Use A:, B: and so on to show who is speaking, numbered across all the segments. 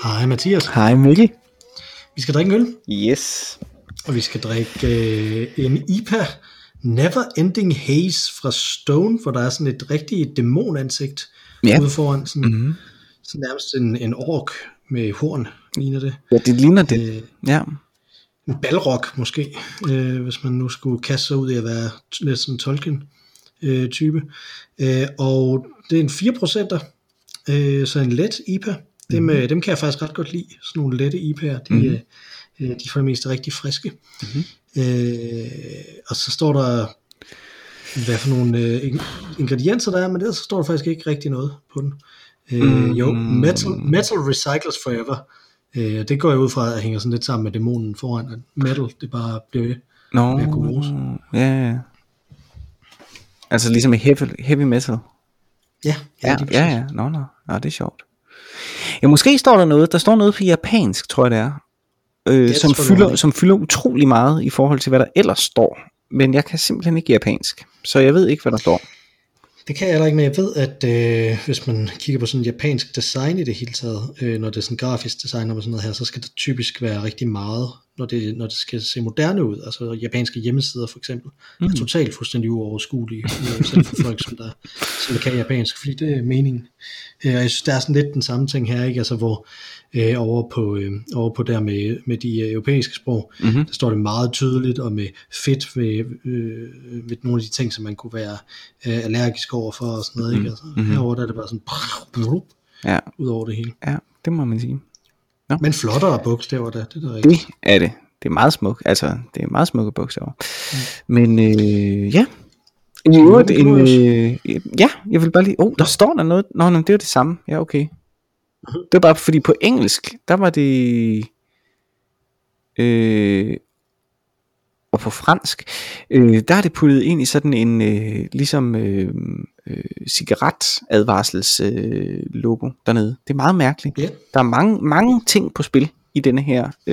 A: Hej Mathias.
B: Hej Mikkel.
A: Vi skal drikke en øl.
B: Yes.
A: Og vi skal drikke en IPA Never Ending Haze fra Stone, hvor der er sådan et rigtigt dæmonansigt ude foran. Sådan, sådan nærmest en ork med horn, ligner det.
B: Ja, det ligner det. Ja.
A: En balrog måske, hvis man nu skulle kaste sig ud i at være lidt sådan Tolkien-type. Og det er en 4%, så en let IPA. Dem kan jeg faktisk ret godt lide, sådan nogle lette IPA'er. De er for det meste rigtig friske. Og så står der, hvad for nogle ingredienser der er, men ellers så står der faktisk ikke rigtig noget på den. Jo, metal recycles forever. Det går jeg ud fra, at hænger sådan lidt sammen med dæmonen foran, at metal, det bare bliver mere god.
B: Ja. Altså ligesom i heavy metal.
A: Ja.
B: Nå, det er sjovt. Ja, måske står der står noget på japansk, tror jeg det er, som fylder utrolig meget i forhold til, hvad der ellers står. Men jeg kan simpelthen ikke japansk, så jeg ved ikke, hvad der står.
A: Det kan jeg heller ikke, men jeg ved, at hvis man kigger på sådan japansk design i det hele taget, når det er sådan grafisk design og sådan noget her, så skal det typisk være rigtig meget, når det skal se moderne ud. Altså japanske hjemmesider for eksempel er totalt fuldstændig uoverskuelige, selv for folk, som kan japansk, fordi det er meningen. Og jeg synes, der er sådan lidt den samme ting her, ikke? Altså hvor over på der med de europæiske sprog, der står det meget tydeligt, og med fedt ved nogle af de ting, som man kunne være allergisk over for og sådan noget, ikke? Altså, herovre der er det bare sådan ud over det hele.
B: Ja, det må man sige.
A: No. Men flottere bogstaver der, det er
B: rigtigt. Det er det. Det er meget smukt. Altså, det er meget smukke bogstaver. Men ja. I øvrigt ja, jeg vil bare lige. Der står der noget. Nå, det er det samme. Ja, okay. Det var bare fordi på engelsk, der var det og på fransk, der er det puttet ind i sådan en ligesom cigaretadvarsels logo dernede. Det er meget mærkeligt. Yeah. Der er mange ting på spil i denne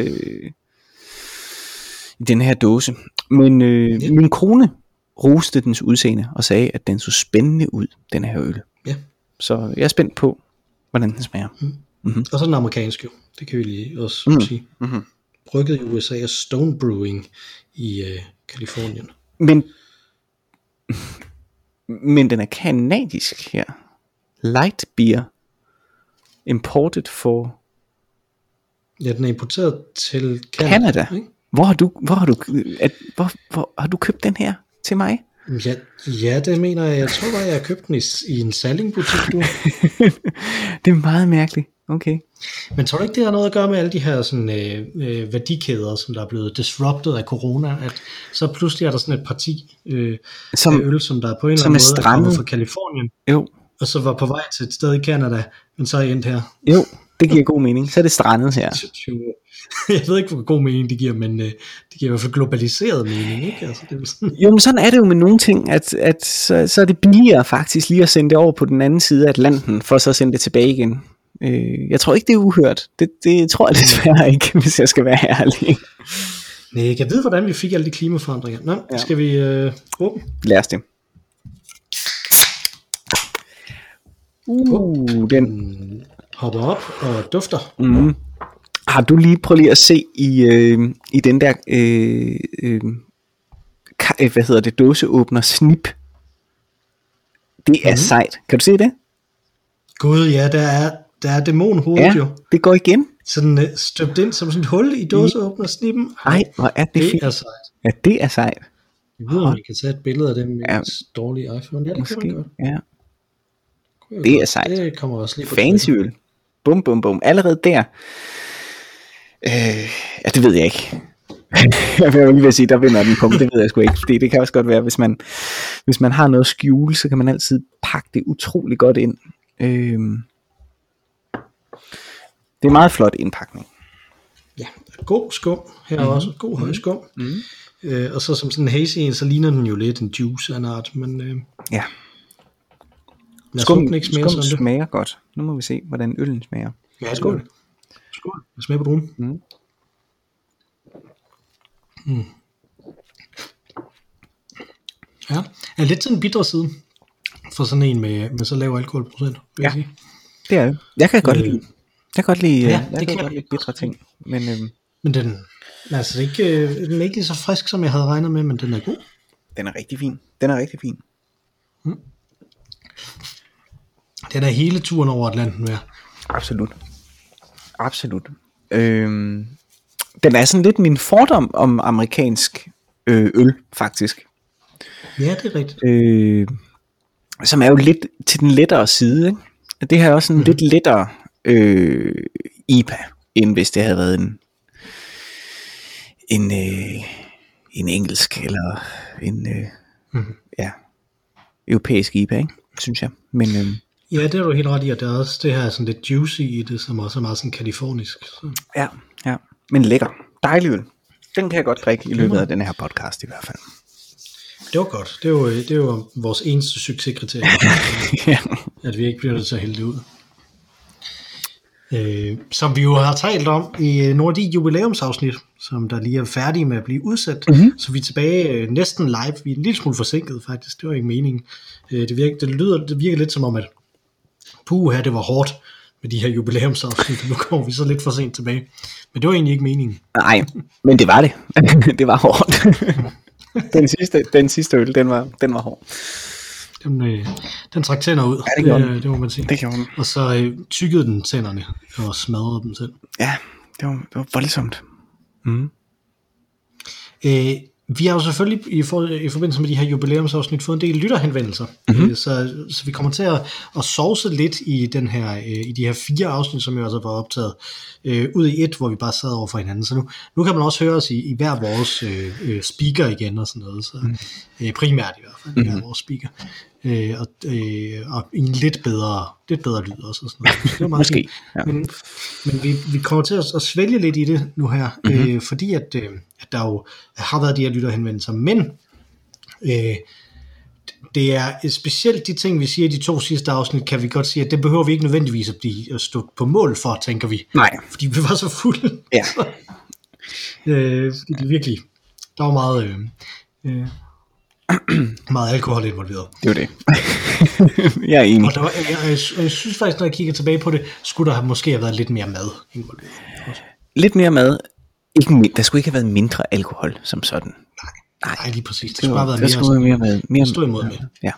B: her dåse. Men min kone roste dens udseende og sagde, at den så spændende ud, den her øl.
A: Yeah.
B: Så jeg er spændt på, hvordan den smager.
A: Og så den amerikanske, det kan vi lige også sige. Brygget i USA af Stone Brewing i Kalifornien.
B: Men den er kanadisk her. Light beer. Imported for...
A: Ja, den er importeret til
B: Canada. Hvor har du købt den her til mig?
A: Ja, det mener jeg. Jeg tror bare, jeg har købt den i en Salling-butik.
B: Det er meget mærkeligt. Okay.
A: Men tror du ikke, det har noget at gøre med alle de her sådan, værdikæder, som der er blevet disrupted af corona, at så pludselig er der sådan et parti af øl, som der på en eller anden måde er kommet fra Kalifornien, og så var på vej til et sted i Canada, men så er endt her.
B: Jo, det giver god mening. Så er det strandet her.
A: Jeg ved ikke, hvor god mening det giver, men det giver i hvert fald globaliseret mening, ikke? Altså, det er sådan.
B: Jo, men sådan er det jo med nogle ting, at så er det billigere faktisk lige at sende det over på den anden side af Atlanten, for så at sende det tilbage igen. Jeg tror ikke, det er uhørt. Det tror jeg desværre ikke, hvis jeg skal være ærlig.
A: Nej, jeg ved, hvordan vi fik alle de klimaforandringer. Skal vi åbne?
B: Lad os det.
A: Den hopper op og dufter.
B: Har du lige at se i den der hvad hedder det, dåseåbner snip? Det er sejt. Kan du se det?
A: Gud, ja, der er dæmonhovedet jo.
B: Det går igen.
A: Sådan støbt ind som sådan et hul i dåseåbner snippen.
B: Nej, hvor er det fint.
A: Det er sejt.
B: Ja, det er sejt.
A: Jeg ved, om vi kan tage et billede af det med en dårlig iPhone. Ja, det måske, kan man godt.
B: Ja. Det er sejt.
A: Det kommer også lige på
B: fancy øl. Bum, bum, bum. Allerede der. Ja, det ved jeg ikke. Jeg vil lige sige, der vinder den punkt. Det ved jeg sgu ikke. Fordi det kan også godt være, hvis man har noget skjule, så kan man altid pakke det utrolig godt ind. Det er meget flot indpakning.
A: Ja, god skum her også. God høj skum. Og så som sådan en hazy en, så ligner den jo lidt en juice af en art. Men
B: ja. Skum smager godt. Nu må vi se, hvordan øllen smager.
A: Ja, skål. Skål. Jeg smager på druen. Ja, er lidt til en bitter side for sådan en med så lav alkoholprocent, vil jeg sige.
B: Det er det. Jeg kan godt lide. Jeg kan godt lide,
A: Ja,
B: jeg
A: det
B: kan
A: kan
B: godt
A: jeg
B: lide bitre ting. Men
A: Men den er ikke lige så frisk, som jeg havde regnet med, men den er god.
B: den er rigtig fin. Den er rigtig fin.
A: Den er hele turen over Atlanten værd.
B: Absolut. Absolut. Den er sådan lidt min fordom om amerikansk øl, faktisk.
A: Ja, det er rigtigt.
B: Som er jo lidt til den lettere side, ikke? Det her er også en lidt lettere IPA, end hvis det havde været en engelsk eller en europæisk IPA, ikke? Synes jeg. Men
A: Ja, det er du helt ret i, at der er også det her sådan lidt juicy i det, som også er meget sådan kalifornisk. Så.
B: ja, men lækker. Dejlig øl. Den kan jeg godt drikke i løbet af den her podcast i hvert fald.
A: Det var godt. Det er jo vores eneste succeskriterie,
B: Ja.
A: at vi ikke bliver nødt til at hælde det ud. Som vi jo har talt om i nogle af de jubilæumsafsnit, som der lige er færdige med at blive udsat, så vi er tilbage næsten live. Vi er en lille smule forsinket faktisk, det var ikke meningen. Det virker lidt som om, at puha, det var hårdt med de her jubilæumsafsnit, nu kommer vi så lidt for sent tilbage. Men det var egentlig ikke meningen.
B: Nej, men det var det. Det var hårdt. Den sidste øl, den var hård.
A: Den trak tænder ud,
B: ja,
A: det må man sige.
B: Det gjorde den.
A: Og så tykkede den tænderne og smadrede dem selv.
B: Ja, det var voldsomt.
A: Vi har jo selvfølgelig i forbindelse med de her jubilæumsafsnit fået en del lytterhenvendelser, så vi kommer til at sovse lidt i i de her 4 afsnit, som jo altså var optaget ud i et, hvor vi bare sad over for hinanden. Så nu kan man også høre os i hver vores speaker igen og sådan noget, så primært i hvert fald i hver vores speaker. Og en lidt bedre lyd også og sådan noget. Det var meget
B: måske. Ja.
A: Men vi kommer til at svælge lidt i det nu her, fordi at der jo har været de her lytterhenvendelser, men det er specielt de ting, vi siger i de 2 sidste afsnit, kan vi godt sige, at det behøver vi ikke nødvendigvis at stå på mål for, tænker vi.
B: Nej.
A: Fordi vi var så fulde.
B: Ja.
A: Fordi det virkelig, der var meget alkohol involveret.
B: Det var det. Jeg er enig.
A: Og jeg synes faktisk, når jeg kigger tilbage på det, skulle der måske have været lidt mere mad involveret.
B: Lidt mere mad. Der skulle ikke have været mindre alkohol som sådan.
A: Nej, lige præcis. Det skulle bare have været
B: mere
A: stå imod med.
B: Ja.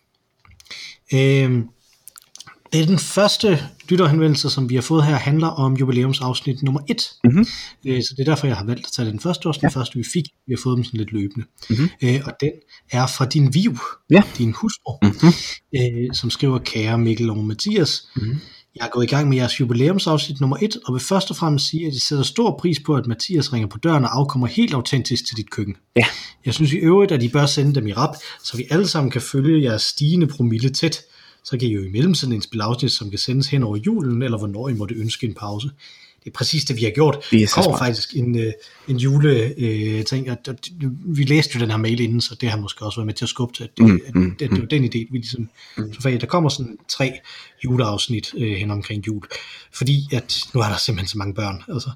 A: Det er den første lytterhenvendelse, som vi har fået her, handler om jubilæumsafsnit nummer 1. Så det er derfor, jeg har valgt at tage den første, også den første, vi fik. Vi har fået dem sådan lidt løbende. Og den er fra din Viv, din hustru, som skriver: Kære Mikkel og Mathias, jeg er gået i gang med jeres jubilæumsafsnit nummer 1, og vil først og fremmest sige, at jeg sætter stor pris på, at Mathias ringer på døren og afkommer helt autentisk til dit køkken.
B: Ja.
A: Jeg synes i øvrigt, at I bør sende dem i rap, så vi alle sammen kan følge jeres stigende promille tæt. Så kan I jo i mellemtiden indspille afsnit, som kan sendes hen over julen, eller hvornår I måtte ønske en pause. Det er præcis det, vi har gjort. Der kommer faktisk en jule-ting, og vi læste jo den her mail inden, så det har måske også været med til at skubbe til, at det var den idé, vi ligesom så der kommer sådan 3 juleafsnit hen omkring jul, fordi at nu er der simpelthen så mange børn. Altså,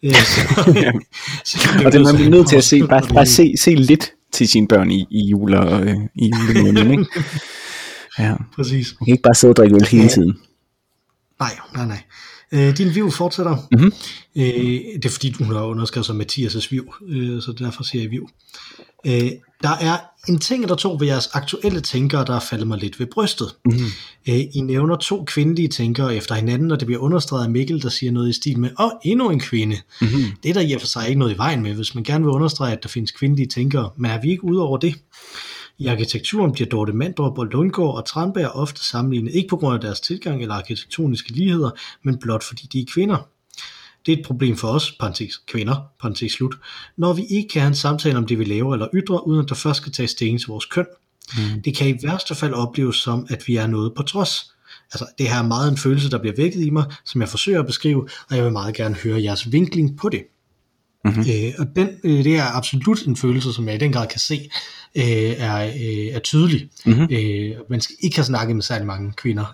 B: og det er man nødt til at se, bare se lidt til sine børn i jul og i julemåneden, ikke? Ja,
A: præcis.
B: Man kan ikke bare sidde og drikke øl hele tiden.
A: Nej. Din Viv fortsætter. Det er fordi, hun har underskrevet som Mathias' Viv, så derfor siger jeg Viv. Der er en ting eller 2 ved jeres aktuelle tænkere, der er faldet mig lidt ved brystet. I nævner 2 kvindelige tænkere efter hinanden, og det bliver understreget af Mikkel, der siger noget i stil med, endnu en kvinde. Det er der i og for sig ikke noget i vejen med, hvis man gerne vil understrege, at der findes kvindelige tænkere, men er vi ikke ude over det? I arkitekturen bliver Dorte Mandrup og Lundgaard og Tranberg ofte sammenlignet, ikke på grund af deres tilgang eller arkitektoniske ligheder, men blot fordi de er kvinder. Det er et problem for os, kvinder, slut, når vi ikke kan have en samtale om det, vi laver eller ytrer, uden at der først skal tage stilling til vores køn. Det kan i værste fald opleves som, at vi er noget på trods. Altså, det her er meget en følelse, der bliver vækket i mig, som jeg forsøger at beskrive, og jeg vil meget gerne høre jeres vinkling på det. Og det er absolut en følelse, som jeg i den grad kan se er tydelig. Man skal ikke have snakket med særlig mange kvinder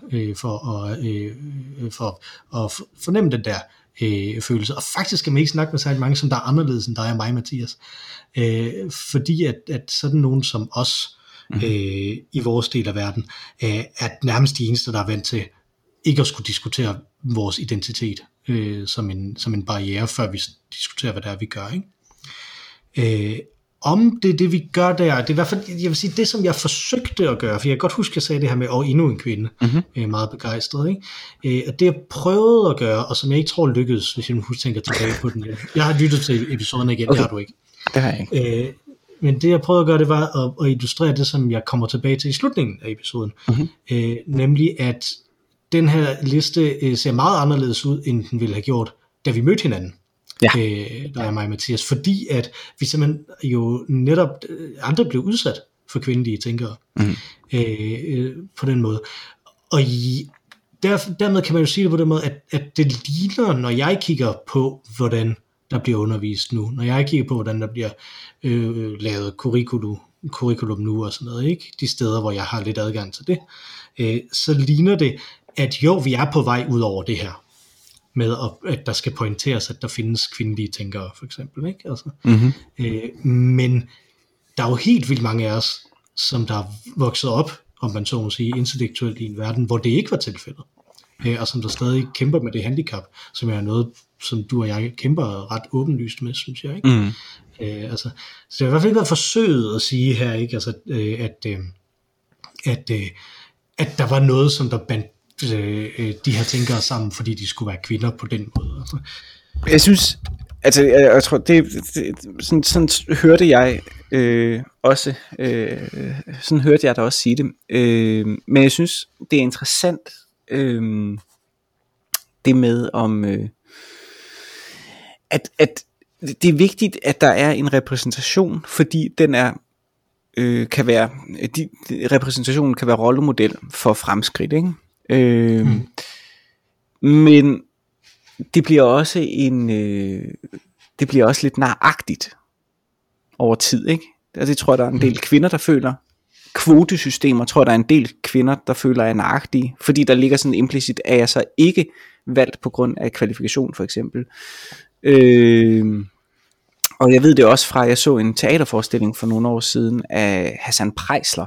A: for at fornemme den der følelse, og faktisk skal man ikke snakke med særlig mange, som der er anderledes end dig og mig, Mathias, fordi at sådan nogen som os i vores del af verden er nærmest de eneste, der er vant til ikke at skulle diskutere vores identitet som en barriere, før vi diskuterer, hvad det er, vi gør, ikke? Om det er det, vi gør der, det er i hvert fald, jeg vil sige, det som jeg forsøgte at gøre, for jeg kan godt huske, at jeg sagde det her med, endnu en kvinde, meget begejstret, ikke? At det jeg prøvede at gøre, og som jeg ikke tror lykkedes, hvis jeg nu tænker tilbage på den, jeg har lyttet til episoderne igen, det har du ikke.
B: Det har jeg ikke.
A: Men det jeg prøvede at gøre, det var at illustrere det, som jeg kommer tilbage til i slutningen af episoden, nemlig at den her liste ser meget anderledes ud, end den ville have gjort, da vi mødte hinanden. Ja. Der er mig og Mathias, fordi at vi simpelthen jo netop andre blev udsat for kvindelige tænkere på den måde. Og dermed kan man jo sige det på den måde, at det ligner, når jeg kigger på, hvordan der bliver undervist nu, når jeg kigger på, hvordan der bliver lavet curriculum nu og sådan noget, ikke? De steder, hvor jeg har lidt adgang til det, så ligner det, at jo, vi er på vej ud over det her, med at der skal pointeres, at der findes kvindelige tænkere, for eksempel, ikke? Altså, men der er jo helt vildt mange af os, som der er vokset op, om man så må sige, intellektuelt i en verden, hvor det ikke var tilfældet, og som der stadig kæmper med det handicap, som er noget, som du og jeg kæmper ret åbenlyst med, synes jeg, ikke? Altså, så det har i hvert fald ikke været forsøget at sige her, ikke? Altså, at der var noget, som der bandt de her tænkere sammen, fordi de skulle være kvinder på den måde. Altså.
B: Jeg synes, altså jeg tror, sådan hørte jeg også, sådan hørte jeg dig også sige det, men jeg synes, det er interessant, det med om, at det er vigtigt, at der er en repræsentation, fordi den er, kan være, repræsentationen kan være rollemodel for fremskridt, ikke? Men det bliver også det bliver også lidt naragtigt over tid, ikke? Altså, jeg tror, der er en del kvinder, der føler kvotesystemer, tror der er en del kvinder, der føler er naragtige, fordi der ligger sådan implicit, at jeg så ikke valgt på grund af kvalifikation, for eksempel. Og jeg ved det også fra, jeg så en teaterforestilling for nogle år siden af Hassan Preisler,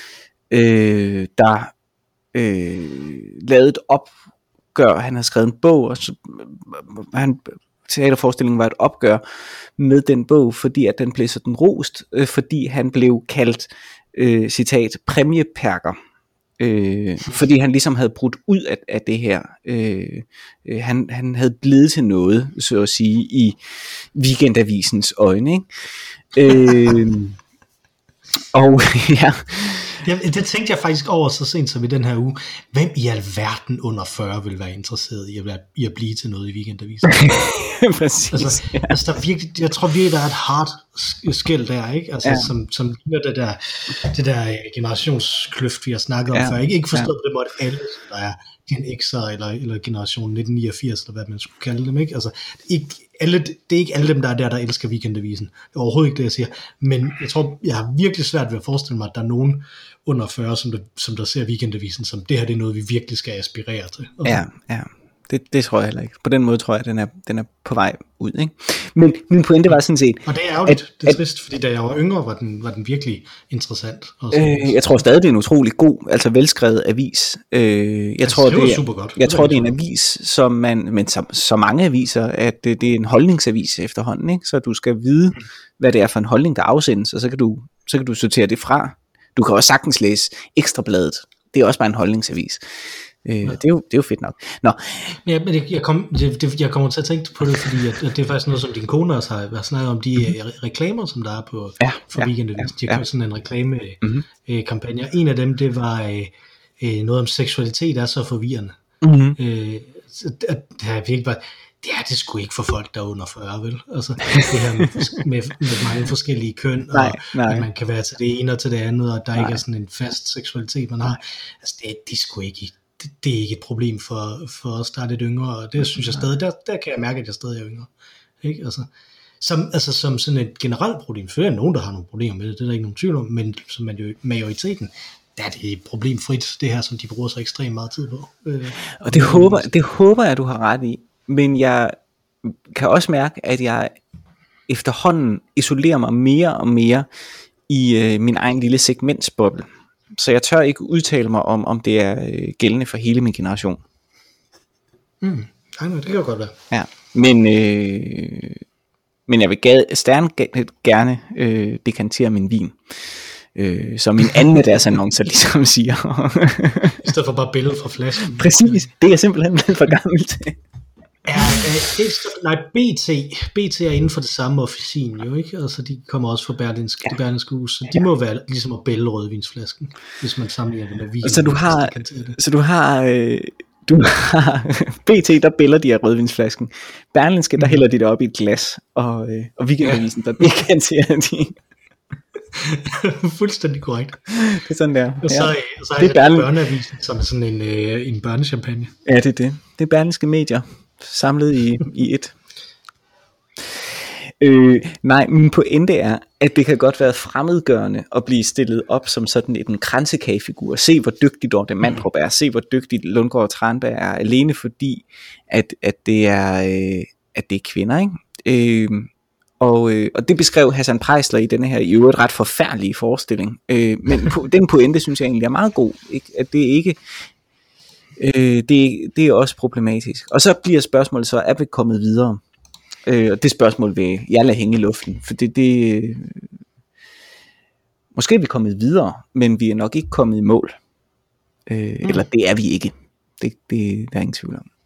B: der lavede et opgør. Han havde skrevet en bog, og så, teaterforestillingen var et opgør med den bog, fordi at den blev sådan rost, fordi han blev kaldt citat præmieperker, fordi han ligesom havde brudt ud af det her. Han havde blevet til noget, så at sige, i Weekendavisens øjne, ikke? Og ja.
A: Det tænkte jeg faktisk over så sent som i den her uge. Hvem i alverden under 40 vil være interesseret i at blive til noget i Weekendavisen?
B: Præcis.
A: Altså der virkelig, jeg tror virkelig, der er et hard skel der, ikke? Altså, som ligner det der generationskløft, vi har snakket om før. Ikke forstået på det måde, at alle, der er Gen X'er eller generation 1989, eller hvad man skulle kalde dem, ikke? Altså, det er ikke alle dem, der elsker Weekendavisen. Det er overhovedet ikke det, jeg siger. Men jeg tror, jeg har virkelig svært ved at forestille mig, at der er nogen under 40, som der ser Weekendavisen, som det her, det er noget, vi virkelig skal aspirere til.
B: Ja. Det tror jeg heller ikke. På den måde tror jeg, at den er på vej ud, ikke? Men min pointe var sådan set...
A: Og det er ærgerligt, det er trist, fordi da jeg var yngre, var den virkelig interessant.
B: Jeg tror stadig, det er en utrolig god, altså velskrevet avis. Jeg tror, det er super godt. Jeg tror, det er en avis, som men så mange aviser, at det er en holdningsavis efterhånden, ikke? Så du skal vide, hvad det er for en holdning, der afsendes, og så kan du sortere det fra. Du kan også sagtens læse Ekstrabladet. Det er også bare en holdningsavis. Det er jo fedt nok. Nå.
A: Ja, men jeg kommer til at tænke på det, fordi at det er faktisk noget, som din kone også har snakket om, de reklamer, som der er på for Weekendavisen. De har købt sådan en reklamekampagne. En af dem, det var noget om seksualitet er så forvirrende. Det har virkelig bare... Det er sgu ikke for folk, der er under 40, vel? Altså, det her med mange forskellige køn, og at man kan være til det ene og til det andet, og der ikke er sådan en fast seksualitet, man har. Altså, det er sgu ikke... Det er ikke et problem for os, der er lidt yngre, og det synes jeg stadig, der kan jeg mærke, at jeg stadig er yngre. Ikke? Altså, som sådan et generelt problem, for der er nogen, der har nogle problemer med det, det er der ikke nogen tvivl om, men som majoriteten, der er det problemfrit, det her, som de bruger så ekstremt meget tid på.
B: Og det håber jeg, du har ret i, men jeg kan også mærke, at jeg efterhånden isolerer mig mere og mere i min egen lille segmentsboble. Så jeg tør ikke udtale mig om det er gældende for hele min generation.
A: Nej, det kan jo godt være.
B: Ja, men jeg vil gerne dekantere min vin. Som en anden af deres annoncer ligesom siger.
A: I stedet for bare billedet fra flasken.
B: Præcis, det er simpelthen blevet for gammelt til.
A: BT er inden for det samme officin jo, ikke? Altså de kommer også fra Berlingske Hus, så de må være ligesom at bælge rødvinsflasken, hvis man sammenligner det med vin.
B: Så du har BT, der bælger de af rødvinsflasken. Berlingske, der hælder de det op i et glas, og Weekendavisen, der dekanterer de.
A: Fuldstændig korrekt.
B: Det er sådan der.
A: Og så er det Børneavisen, som er sådan en børnechampagne.
B: Ja, det er det. Det er Berlingske Medier, samlet i et. Nej, min pointe er, at det kan godt være fremmedgørende at blive stillet op som sådan en kransekagefigur. Se hvor dygtig Dorte Mandrup er, se hvor dygtig Lundgaard Tranberg er, alene fordi at det er kvinder, ikke? Og det beskrev Hassan Preisler i denne her i øvrigt ret forfærdelige forestilling. Men den pointe synes jeg egentlig er meget god, ikke? At det ikke det er også problematisk. Og så bliver spørgsmålet så, er vi kommet videre? Og det spørgsmål vil jeg lade hænge i luften, for måske er vi kommet videre, men vi er nok ikke kommet i mål. Eller det er vi ikke. Det der er ingen tvivl om.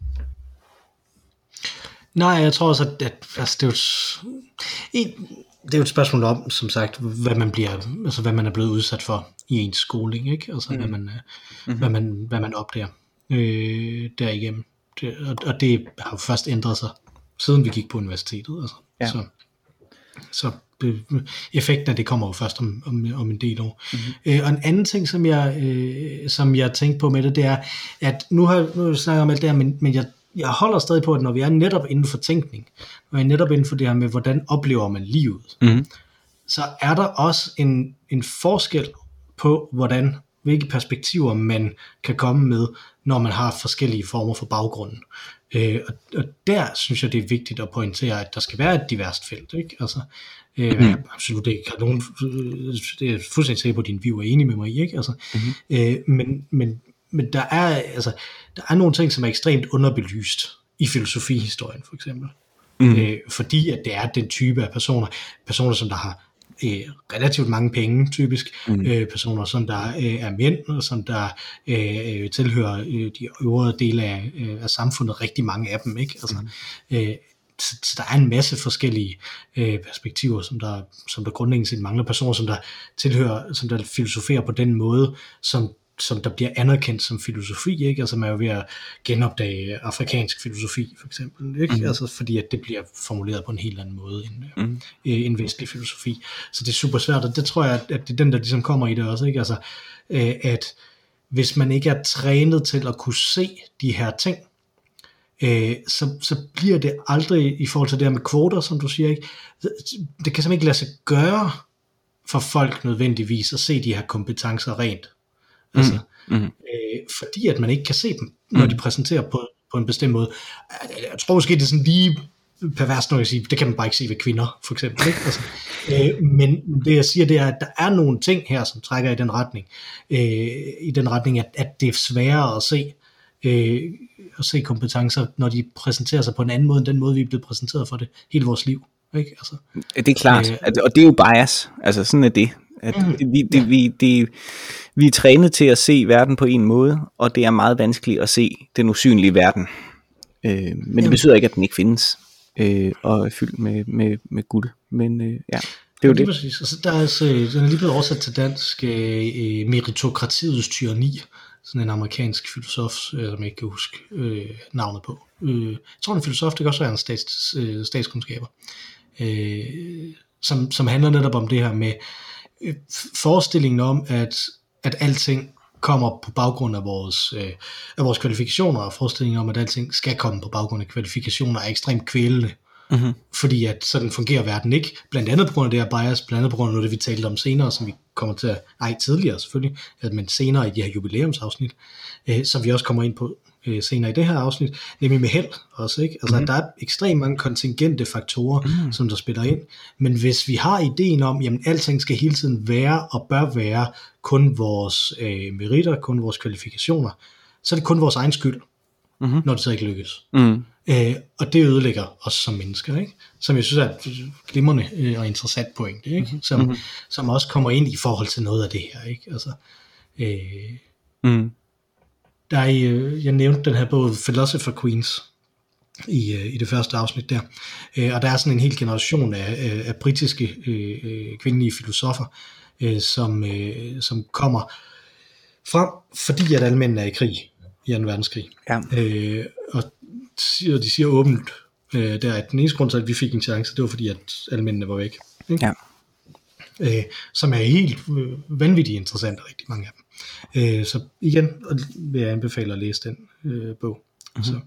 A: Nej, jeg tror også, at altså, det er jo et spørgsmål om, som sagt, hvad man er blevet udsat for i ens skoling, ikke? Altså hvad man opdager derigennem. Og det har jo først ændret sig, siden vi gik på universitetet. Altså.
B: Ja.
A: Så effekten af det kommer jo først om en del år. Og en anden ting, som jeg tænkte på med det er, at nu har vi snakket om alt det her, men jeg holder stadig på, at når vi er netop inden for tænkning, når vi er netop inden for det her med, hvordan oplever man livet, så er der også en forskel på, hvilke perspektiver man kan komme med, når man har forskellige former for baggrunden. Og der synes jeg, det er vigtigt at pointere, at der skal være et diverst felt, ikke? Altså, absolut ikke har nogen, det er fuldstændig sikker på, at din view er enig med mig i, ikke? Altså, men der er nogle ting, som er ekstremt underbelyst i filosofihistorien, for eksempel. Fordi at det er den type af personer som der har relativt mange penge, typisk, personer som der er mænd, og som der tilhører de øvrige dele af samfundet, rigtig mange af dem, ikke? Altså, så der er en masse forskellige perspektiver, som der grundlæggende set mangler, personer, som der tilhører, som der filosoferer på den måde, som der bliver anerkendt som filosofi, ikke? Altså man er jo ved at genopdage afrikansk filosofi, for eksempel, ikke? Altså fordi at det bliver formuleret på en helt anden måde end vestlig filosofi. Så det er super svært, og det tror jeg, at det er den, der ligesom kommer i det også, ikke? Altså, at hvis man ikke er trænet til at kunne se de her ting, så bliver det aldrig, i forhold til det her med kvoter, som du siger, ikke? Det kan simpelthen ikke lade sig gøre for folk nødvendigvis at se de her kompetencer rent. Altså, fordi at man ikke kan se dem, når de præsenterer på en bestemt måde. Jeg tror måske, det er sådan lige perverst, når jeg siger, det kan man bare ikke se ved kvinder, for eksempel, ikke? Altså, men det jeg siger, det er, at der er nogle ting her, som trækker i den retning, at det er sværere at se kompetencer, når de præsenterer sig på en anden måde, end den måde, vi er blevet præsenteret for det hele vores liv, ikke? Altså,
B: det er klart, og det er jo bias, altså sådan er det. At vi er trænet til at se verden på en måde, og det er meget vanskeligt at se den usynlige verden. Men det betyder ikke, at den ikke findes, og er fyldt med guld. Men det er jo det.
A: Præcis. Altså, den er lige blevet oversat til dansk, meritokratiets tyranni, sådan en amerikansk filosof, som jeg ikke kan huske navnet på. Jeg tror, en filosof, det kan også være en statskundskaber, som handler netop om det her med forestillingen om, at alting kommer på baggrund af vores kvalifikationer, og forestillingen om, at alting skal komme på baggrund af kvalifikationer, er ekstremt kvælende. Fordi at sådan fungerer verden ikke, blandt andet på grund af det her bias, blandt andet på grund af noget, det vi talte om senere, som vi kommer til tidligere selvfølgelig, men senere i de her jubilæumsafsnit, som vi også kommer ind på senere i det her afsnit, nemlig med held også, ikke? Altså, der er ekstremt mange kontingente faktorer, som der spiller ind, men hvis vi har ideen om, jamen alting skal hele tiden være og bør være kun vores meritter, kun vores kvalifikationer, så er det kun vores egen skyld. når det så ikke lykkes.
B: Mm.
A: Og det ødelægger os som mennesker, ikke? Som jeg synes er et glimrende og interessant pointe, ikke? Som også kommer ind i forhold til noget af det her, ikke? Altså, der er, jeg nævnte den her bog Philosopher Queens i det første afsnit der, og der er sådan en hel generation af britiske kvindelige filosofer, som kommer frem, fordi at alle mændene er i krig i 2. verdenskrig. Ja. Og de siger åbent, der at den eneste grund til, at vi fik en chance, det var fordi, at alle mændene var væk. Ikke? Ja. Som er helt vanvittigt interessant, rigtig mange af dem. Så igen vil jeg anbefale at læse den bog. Så.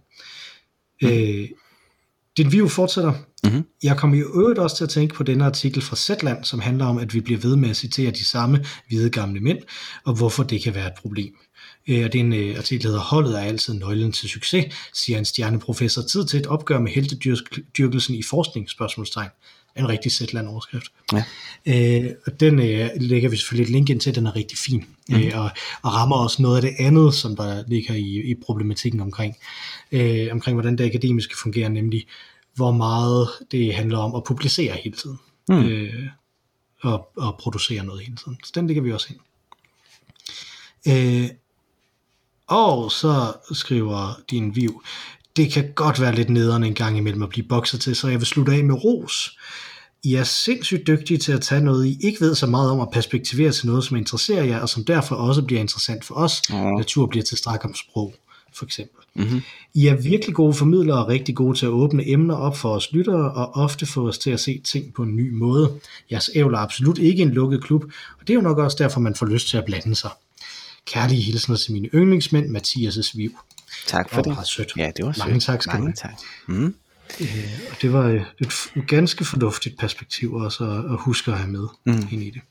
A: Din view fortsætter. Jeg kommer i øvrigt også til at tænke på denne artikel fra Zetland, som handler om, at vi bliver ved med at citere de samme hvide gamle mænd, og hvorfor det kan være et problem. Og det er en artikel, der hedder "Holdet er altid nøglen til succes", siger en stjerneprofessor. Tid til et opgør med heltedyrkelsen i forskning, spørgsmålstegn. En rigtig Zetland-overskrift. Ja. Og den lægger vi selvfølgelig et link ind til, den er rigtig fin, og rammer også noget af det andet, som der ligger i problematikken omkring hvordan det akademiske fungerer, nemlig hvor meget det handler om at publicere hele tiden, og producere noget hele tiden. Så den ligger vi også ind. Og så skriver din view: det kan godt være lidt nederen en gang imellem at blive bokset til, så jeg vil slutte af med ros. I er sindssygt dygtige til at tage noget, I ikke ved så meget om, at perspektivere til noget, som interesserer jer, og som derfor også bliver interessant for os. Natur bliver til strak om sprog, for eksempel. I er virkelig gode formidlere og rigtig gode til at åbne emner op for os lyttere, og ofte få os til at se ting på en ny måde. Jeres ævl er absolut ikke en lukket klub, og det er jo nok også derfor, man får lyst til at blande sig. Kærlige hilsner til mine yndlingsmænd, Mathias' Viv.
B: Tak for det.
A: Sødt.
B: Ja, det var sødt.
A: Mange tak skal du have. Og det var et ganske fornuftigt perspektiv også at huske at have med ind i det.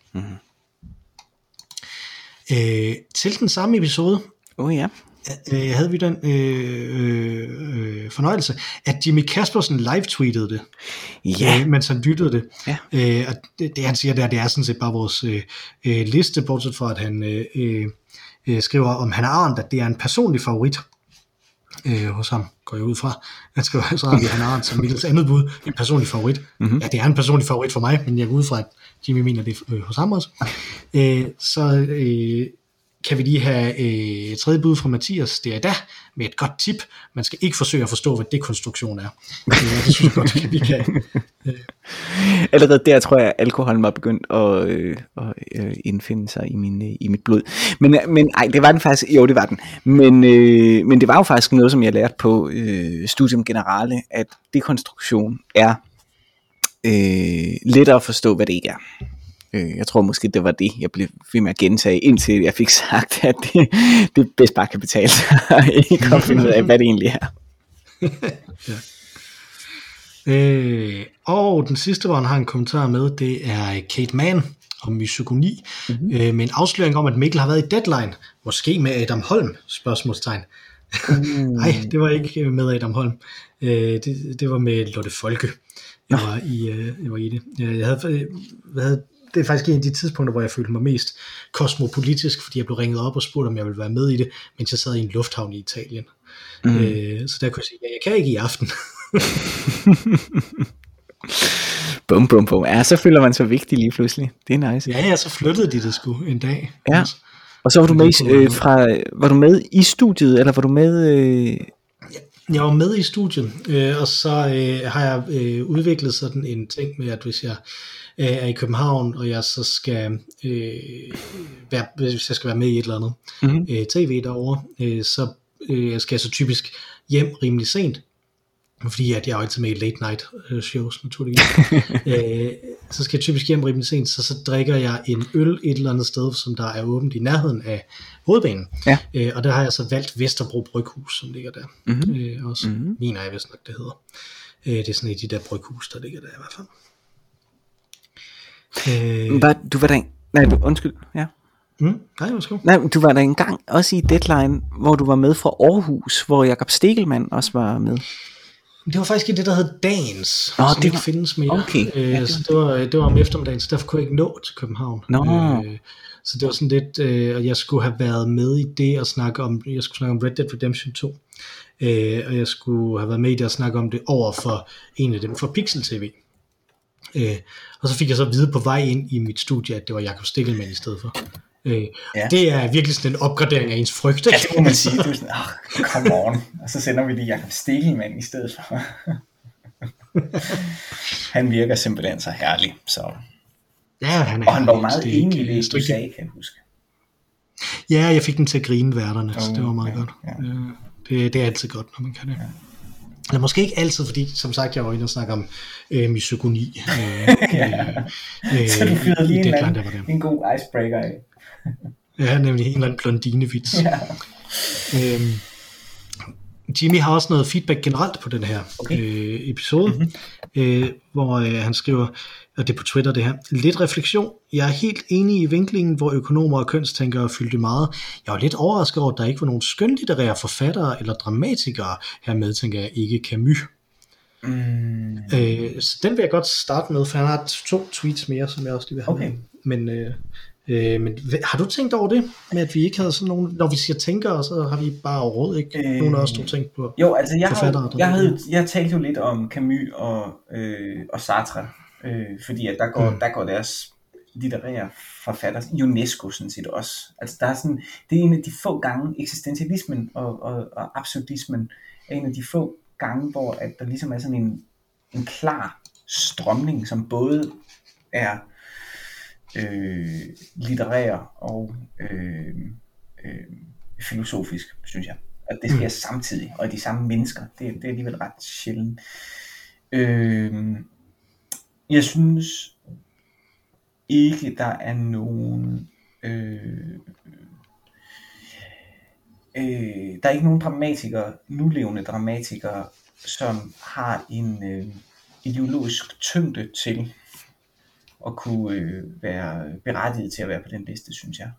A: Til den samme episode havde vi den fornøjelse, at Jimmy Kaspersen live-tweetede det, mens han lyttede det. Og det han siger der, det er sådan set bare vores liste, bortset fra at han skriver om Hannah Arendt, at det er en personlig favorit hos ham, går jeg ud fra. Han skriver, så har vi Hannah Arendt som Mittels andet bud, en personlig favorit. Ja, det er en personlig favorit for mig, men jeg går ud fra, at Jimmy mener det hos ham også. Så kan vi lige have et tredje bud fra Mathias, det er da, med et godt tip. Man skal ikke forsøge at forstå, hvad dekonstruktion er. Det synes jeg godt, at vi kan.
B: Allerede der tror jeg, at alkoholen var begyndt at indfinde sig i mit blod. Men ej, det var den faktisk. Jo, det var den. Men det var jo faktisk noget, som jeg lærte på Studium Generale, at dekonstruktion er lettere at forstå, hvad det ikke er. Jeg tror måske, det var det, jeg blev ved med at gentage, indtil jeg fik sagt, at det bedst bare kan betale sig, ikke at finde ud af, hvad det egentlig er.
A: Og den sidste, hvor han har en kommentar med, det er Kate Mann om misogoni, med en afsløring om, at Mikkel har været i Deadline, måske med Adam Holm, spørgsmålstegn. Nej, det var ikke med Adam Holm. Det var med Lotte Folke. Jeg var i det. Jeg havde det er faktisk en af de tidspunkter, hvor jeg følte mig mest kosmopolitisk, fordi jeg blev ringet op og spurgt, om jeg ville være med i det, mens jeg sad i en lufthavn i Italien. Så der kunne jeg sige, jeg kan ikke i aften.
B: Bum, bum, bum. Ja, så føler man sig vigtig lige pludselig. Det er nice.
A: Ja, så flyttede de det sgu en dag.
B: Ja. Altså. Og så var du med var du med i studiet, eller var du med...
A: Jeg var med i studiet, og så har jeg udviklet sådan en ting med, at hvis jeg er i København, og jeg så skal hvis jeg skal være med i et eller andet tv derovre, så skal jeg så typisk hjem rimelig sent, fordi at jeg er jo altid med i late night shows naturligvis. Så skal jeg typisk hjem rimelig sent, så drikker jeg en øl et eller andet sted, som der er åbent i nærheden af hovedbanen. Og der har jeg så valgt Vesterbro Bryghus, som ligger der. Også mener jeg vist nok det hedder. Det er sådan et af de der bryghus, der ligger der i hvert fald.
B: Du var der undskyld, ja.
A: Nej, værsgo.
B: Nej, du var der engang også i Deadline, hvor du var med fra Aarhus, hvor Jakob Stegelmann også var med.
A: Det var faktisk det, der hed Dans, som ikke findes mere.
B: Okay.
A: Så det var om eftermiddagen, så derfor kunne jeg ikke nå til København. Så det var sådan lidt, og jeg skulle have været med i det og snakke om Red Dead Redemption 2. Og jeg skulle have været med i det og snakke om det over for en af dem fra Pixel TV. Og så fik jeg så at vide på vej ind i mit studie, at det var Jakob Stikkelmann i stedet for. Det er virkelig sådan en opgradering af ens frygt.
C: Ja, det må man sige. Du er sådan, come on. Og så sender vi lige Jakob Stikkelmann i stedet for. Han virker simpelthen så herlig. Så.
A: Ja, han
C: var meget enig i det, du sagde, kan jeg huske.
A: Ja, jeg fik den til at grine værterne, så det var meget godt. Ja. Det er altid godt, når man kan det. Ja. Eller måske ikke altid, fordi som sagt, jeg var inde og snakke om misogoni.
C: Så du fyrede lige en god icebreaker af.
A: Ja, nemlig en eller anden blondinevits. Ja. Jimmy har også noget feedback generelt på den her episode, hvor han skriver, og det er på Twitter det her, lidt refleksion. Jeg er helt enig i vinklingen, hvor økonomer og kønstænkere fyldte meget. Jeg var lidt overrasket over, at der ikke var nogen skønlitterære forfattere eller dramatikere hermed, tænker jeg ikke Camus. Så den vil jeg godt starte med, for han har 2 tweets mere, som jeg også lige vil have. Men har du tænkt over det, med at vi ikke havde sådan nogen, når vi siger tænkere, så har vi bare overhovedet ikke nogen af os, du tænkt på forfattere?
C: Jeg talte jo lidt om Camus og Sartre, fordi at der går deres litterære forfatter, UNESCO sådan set også. Altså der er sådan, det er en af de få gange, eksistentialismen og absurdismen er en af de få gange, hvor at der ligesom er sådan en klar strømning, som både er litterær og filosofisk, synes jeg. Og det sker samtidig, og de samme mennesker. Det er alligevel ret sjældent. Jeg synes ikke, der er nogen der er ikke nogen dramatikere, nulevende dramatikere, som har en ideologisk tyngde til at kunne være berettiget til at være på den liste, synes jeg.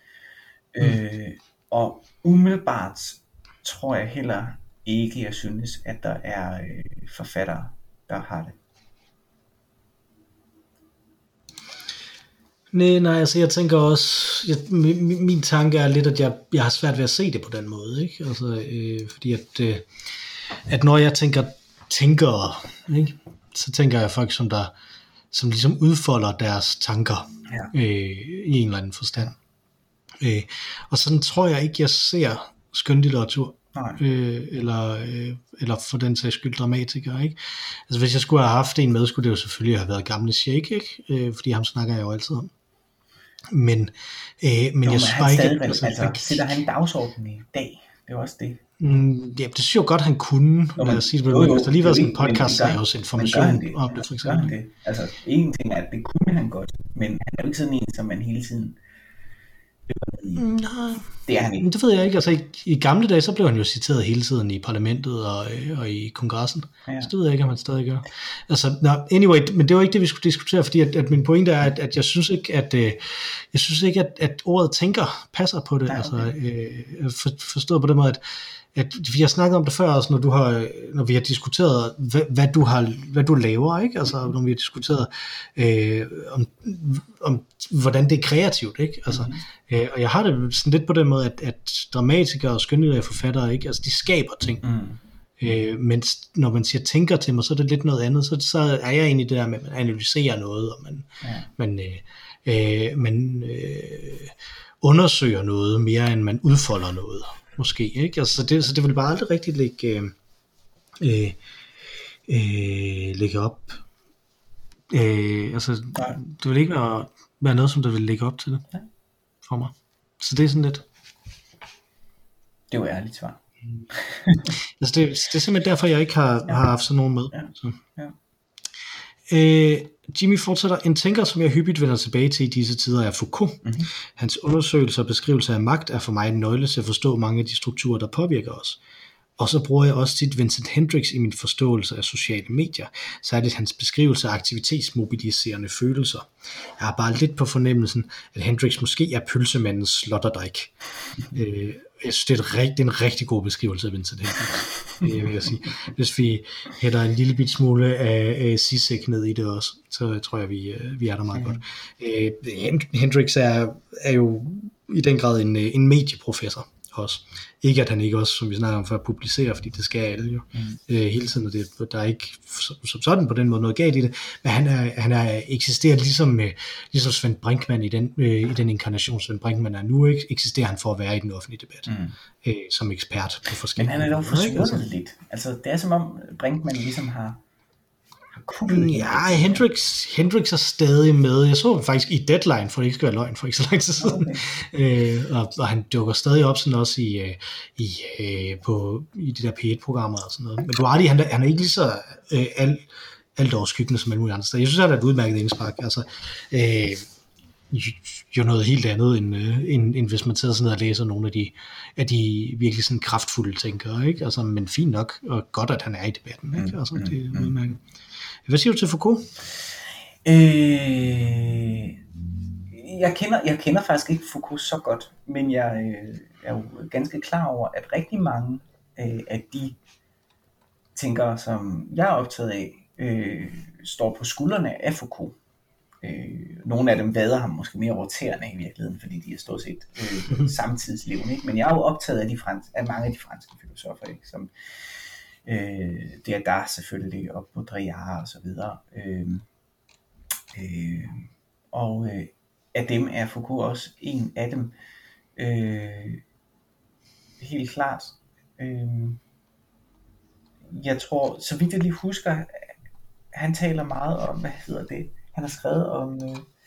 C: Og umiddelbart tror jeg heller ikke, jeg synes, at der er forfattere, der har det.
A: Nej, altså jeg tænker også, min tanke er lidt, at jeg har svært ved at se det på den måde, ikke? Altså, fordi at når jeg tænkere, ikke? Så tænker jeg folk, som ligesom udfolder deres tanker i en eller anden forstand. Og sådan tror jeg ikke, jeg ser skønlitteratur, eller for den sags skyld dramatikere, ikke? Altså hvis jeg skulle have haft en med, skulle det jo selvfølgelig have været gamle Shake, ikke? Fordi ham snakker jeg jo altid om. Men jeg synes bare ikke...
C: Altså, sætter han dagsordenen i dag? Det er også det.
A: Ja, det synes jeg godt, han kunne. Hvis der lige var sådan en podcast, der er også information om det, for eksempel.
C: Det. Altså, en ting er, at det kunne han godt, men han er jo ikke sådan en, som man hele tiden...
A: Nej,
C: det er han ikke.
A: Det ved jeg ikke. Altså, i gamle dage, så blev han jo citeret hele tiden i parlamentet og i kongressen. Ja. Så det ved jeg ikke, om han stadig gør. Altså, anyway, men det var ikke det, vi skulle diskutere, fordi at min pointe er, at jeg synes ikke, at ordet tænker passer på det. Okay. Altså, forstået på den måde, at vi har snakket om det før også, når vi har diskuteret hvad du laver, ikke? Altså når vi har diskuteret om hvordan det er kreativt, ikke? Altså og jeg har det sådan lidt på den måde, at dramatikere og skønlitterære forfattere, ikke? Altså de skaber ting. Mens når man siger tænker til mig, så er det lidt noget andet. Så er jeg egentlig det der med, at man analyserer noget, og man undersøger noget mere, end man udfolder noget. Måske, ikke? Altså, så det vil bare aldrig rigtig lægge op. Altså, det vil ikke være noget, som der vil lægge op til det for mig. Så det er sådan lidt.
C: Det var ærligt svar.
A: Altså, det er simpelthen derfor, jeg ikke har haft sådan nogen med. Ja. Så. Ja. Jimmy fortsætter, en tænker, som jeg hyppigt vender tilbage til i disse tider, er Foucault. Hans undersøgelser og beskrivelser af magt er for mig en nøgle til at forstå mange af de strukturer, der påvirker os. Og så bruger jeg også tit Vincent Hendricks i min forståelse af sociale medier, særligt hans beskrivelse af aktivitetsmobiliserende følelser. Jeg har bare lidt på fornemmelsen, at Hendricks måske er pølsemandens Sloterdijk. Jeg synes, det er en rigtig god beskrivelse af Vincent Hendricks, vil jeg sige. Hvis vi hætter en lille bit smule af Zizek ned i det også, så tror jeg, vi er der meget godt. Hendricks er jo i den grad en medieprofessor også. Ikke at han ikke også, som vi snakker om før, publicerer, fordi det skal alle jo hele tiden, og der er ikke som sådan på den måde noget galt i det, men han er eksisteret ligesom Svend Brinkmann i den inkarnation, Svend Brinkmann er nu, ikke eksisterer han for at være i den offentlige debat, som ekspert på forskellige.
C: Men han er dog forsvundet lidt. Altså, det er som om Brinkmann ligesom har
A: ja, Hendricks er stadig med. Jeg så faktisk i Deadline, for det ikke skal være løgn, for ikke så lang tid siden. Okay. Og han dukker stadig op sådan også i de der P1-programmer og sådan noget. Men Duarte, han er ikke lige så alt overskyggende som alle mulige andre steder. Jeg synes, han er et udmærket indspark. Altså, jo noget helt andet, end hvis man sidder sådan og læser nogle af de virkelig sådan kraftfulde tænkere, ikke? Altså, men fint nok, og godt, at han er i debatten, ikke? Altså, det er udmærket. Hvad siger du til Foucault?
C: Jeg kender faktisk ikke Foucault så godt, men jeg er jo ganske klar over, at rigtig mange af de tænkere, som jeg er optaget af, står på skuldrene af Foucault. Nogle af dem vader ham måske mere over tæerne i virkeligheden, fordi de er stort set samtidslevende. Ikke? Men jeg er jo optaget af mange af de franske filosofer, ikke? Som Derrida selvfølgelig, og Baudrillard og så videre. Og af dem er Foucault også en af dem. Helt klart. Jeg tror, så vidt jeg lige husker, han taler meget om, han har skrevet om,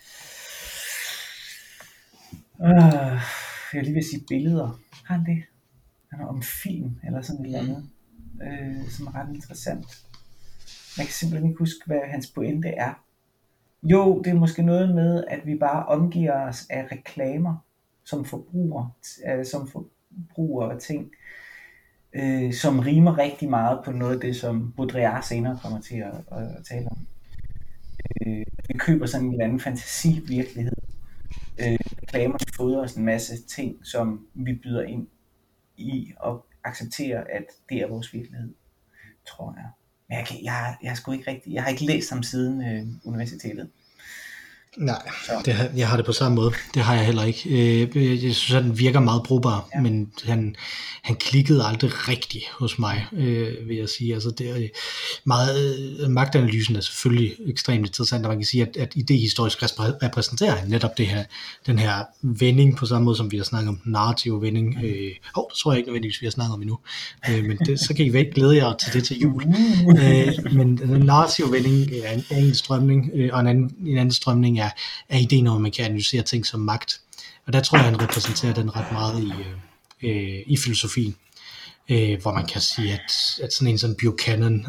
C: jeg lige vil sige billeder. Har han det? Han har om film, eller sådan et eller andet, som er ret interessant. Jeg kan simpelthen ikke huske, hvad hans pointe er. Jo, det er måske noget med, at vi bare omgiver os af reklamer, som forbruger af ting, som rimer rigtig meget på noget af det, som Baudrillard senere kommer til at tale om. Vi køber sådan en eller anden fantasivirkelighed. Reklamer fodrer os en masse ting, som vi byder ind i og accepterer, at det er vores virkelighed, tror jeg. Men jeg har ikke læst ham siden universitetet.
A: Nej, jeg har det på samme måde. Det har jeg heller ikke. Jeg synes, at den virker meget brugbar, ja. Men han klikkede aldrig rigtigt hos mig, vil jeg sige. Altså, det er meget, magtanalysen er selvfølgelig ekstremt interessant, og man kan sige, at idehistorisk repræsenterer han netop den her vending, på samme måde som vi har snakket om den narrative vending. Det tror jeg ikke nødvendigvis, vi har snakket om endnu. Men så kan I glæde jer til det til jul. Men den narrative vending er en strømning, og en anden strømning er ideen om, at man kan analysere ting som magt. Og der tror jeg, han repræsenterer den ret meget i filosofien. Hvor man kan sige, at sådan en som Buchanan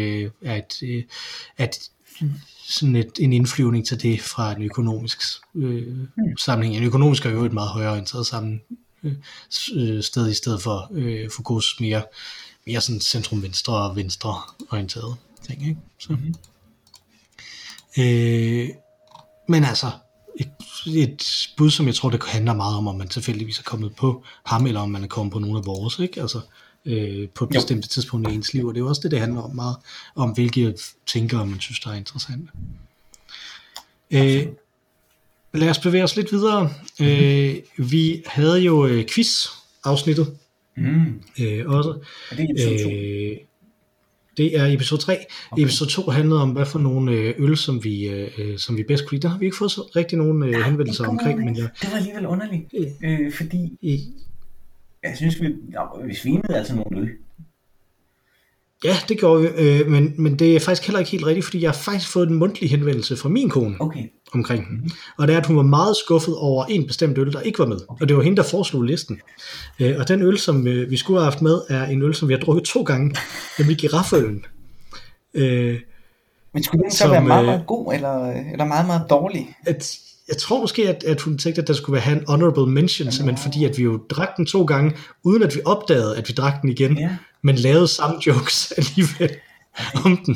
A: er sådan en indflyvning til det fra en økonomisk sammenhæng. En økonomisk er jo et meget højere orienteret sted i stedet for Foucaults mere sådan centrum-venstre og venstre-orienteret ting. Ikke? Så. Men altså, et bud, som jeg tror, det handler meget om man tilfældigvis er kommet på ham, eller om man er kommet på nogle af vores, ikke? Altså, på et bestemt tidspunkt i ens liv, og det er jo også det handler om meget, om hvilke tænkere man synes, der er interessant. Lad os bevæge os lidt videre. Vi havde jo quiz-afsnittet også. Er det episode 2? Det er episode 3. Okay. Episode 2 handlede om, hvad for nogle øl, som vi bedst kunne lide. Der har vi ikke fået så rigtig nogen henvendelser omkring. Men
C: det var alligevel underligt, fordi jeg synes, vi svinede altså nogle øl.
A: Ja, det gjorde vi, men det er faktisk heller ikke helt rigtigt, fordi jeg har faktisk fået en mundtlig henvendelse fra min kone omkring den. Og det er, at hun var meget skuffet over en bestemt øl, der ikke var med. Og det var hende, der foreslog listen. Og den øl, som vi skulle have haft med, er en øl, som vi har drukket 2 gange, nemlig giraffølen.
C: Men skulle den så være meget, meget god, eller meget, meget dårlig?
A: Jeg tror måske, at hun tænkte, at der skulle have en honorable mention, simpelthen fordi, at vi jo drak den 2 gange, uden at vi opdagede, at vi drak den igen. men lavede samme jokes alligevel om den.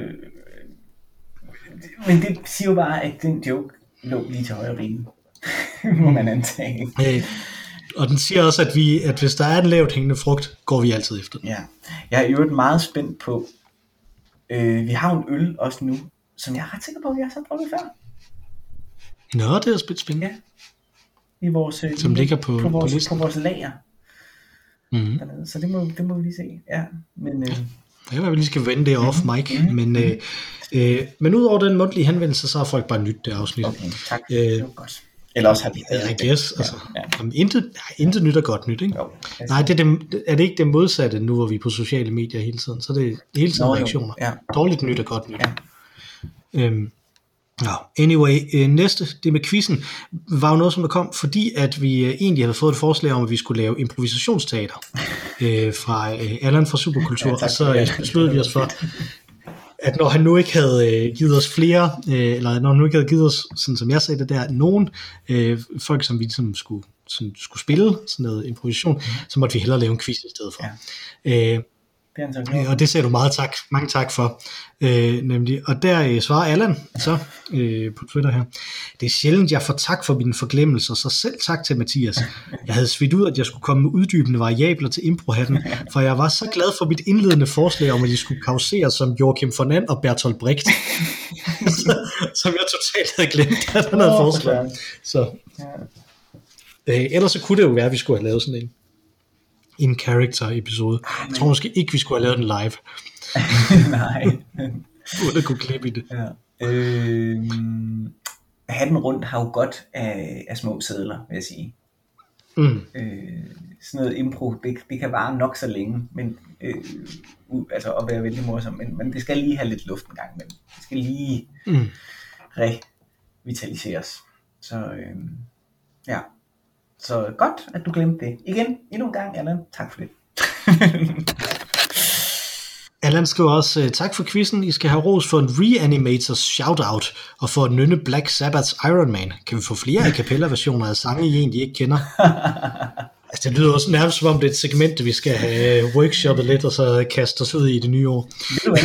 C: Men det siger jo bare, at den joke lå lige til højre ben, må man antage.
A: Og den siger også, at hvis der er en lavt hængende frugt, går vi altid efter den.
C: Ja. Jeg er jo meget spændt på, vi har en øl også nu, som jeg er ret sikker på, at vi har så drukket før.
A: Nå, det er spændende.
C: Ja. I vores,
A: som ligger på
C: vores lager.
A: Mm-hmm.
C: Så det må vi lige se. Ja, men
A: jeg vil lige skal vende det off mic, men udover den mundtlige henvendelse, så har folk bare nyt det afsnit.
C: Okay, tak. Det var godt. Eller også har vi
A: I guess, altså, intet nyt er godt nyt, ikke? Jo, nej, er det ikke det modsatte nu, hvor vi er på sociale medier hele tiden, så det er hele tiden reaktioner.
C: Ja.
A: Dårligt nyt er godt nyt. Ja. Anyway, næste, det med quizzen, var jo noget, som der kom, fordi at vi egentlig havde fået et forslag om, at vi skulle lave improvisationsteater fra Allan fra Superkultur, og så besluttede vi os for, at når han nu ikke havde givet os flere, eller når han nu ikke havde givet os, sådan som jeg sagde det der, nogen folk, som vi ligesom skulle spille, sådan noget improvisation, så måtte vi hellere lave en quiz i stedet for. Ja. Og det sagde du mange tak for, nemlig. Og der svarer Allan så på Twitter her: det er sjældent, jeg får tak for mine forglemmelser, så selv tak til Mathias. Jeg havde svidt ud, at jeg skulle komme med uddybende variabler til improhatten, for jeg var så glad for mit indledende forslag om, at de skulle kausere som Joachim von And og Bertolt Brecht, som jeg totalt havde glemt, at han havde foreslået. Så ellers så kunne det jo være, at vi skulle have lavet sådan en character episode. Jeg tror måske ikke, vi skulle have lavet den live.
C: Nej.
A: Uden at kunne klippe i det.
C: Ja. Hatten rundt har jo godt af små sædler, vil jeg sige. Sådan noget impro, det kan vare nok så længe, men altså at være vældig morsom, men det skal lige have lidt luft en gang, men det skal lige revitaliseres. Så ja. Så godt, at du glemte det. Igen, endnu en gang, Allan. Tak for det.
A: Allan skriver også, tak for quizzen. I skal have ros for en Reanimators shoutout, og for at nynne Black Sabbath's Iron Man. Kan vi få flere a cappella-versioner af sange, I egentlig ikke kender? Altså, det lyder også nærmest som om, det er et segment, vi skal have workshoppet lidt, og så kaste os ud i det nye år.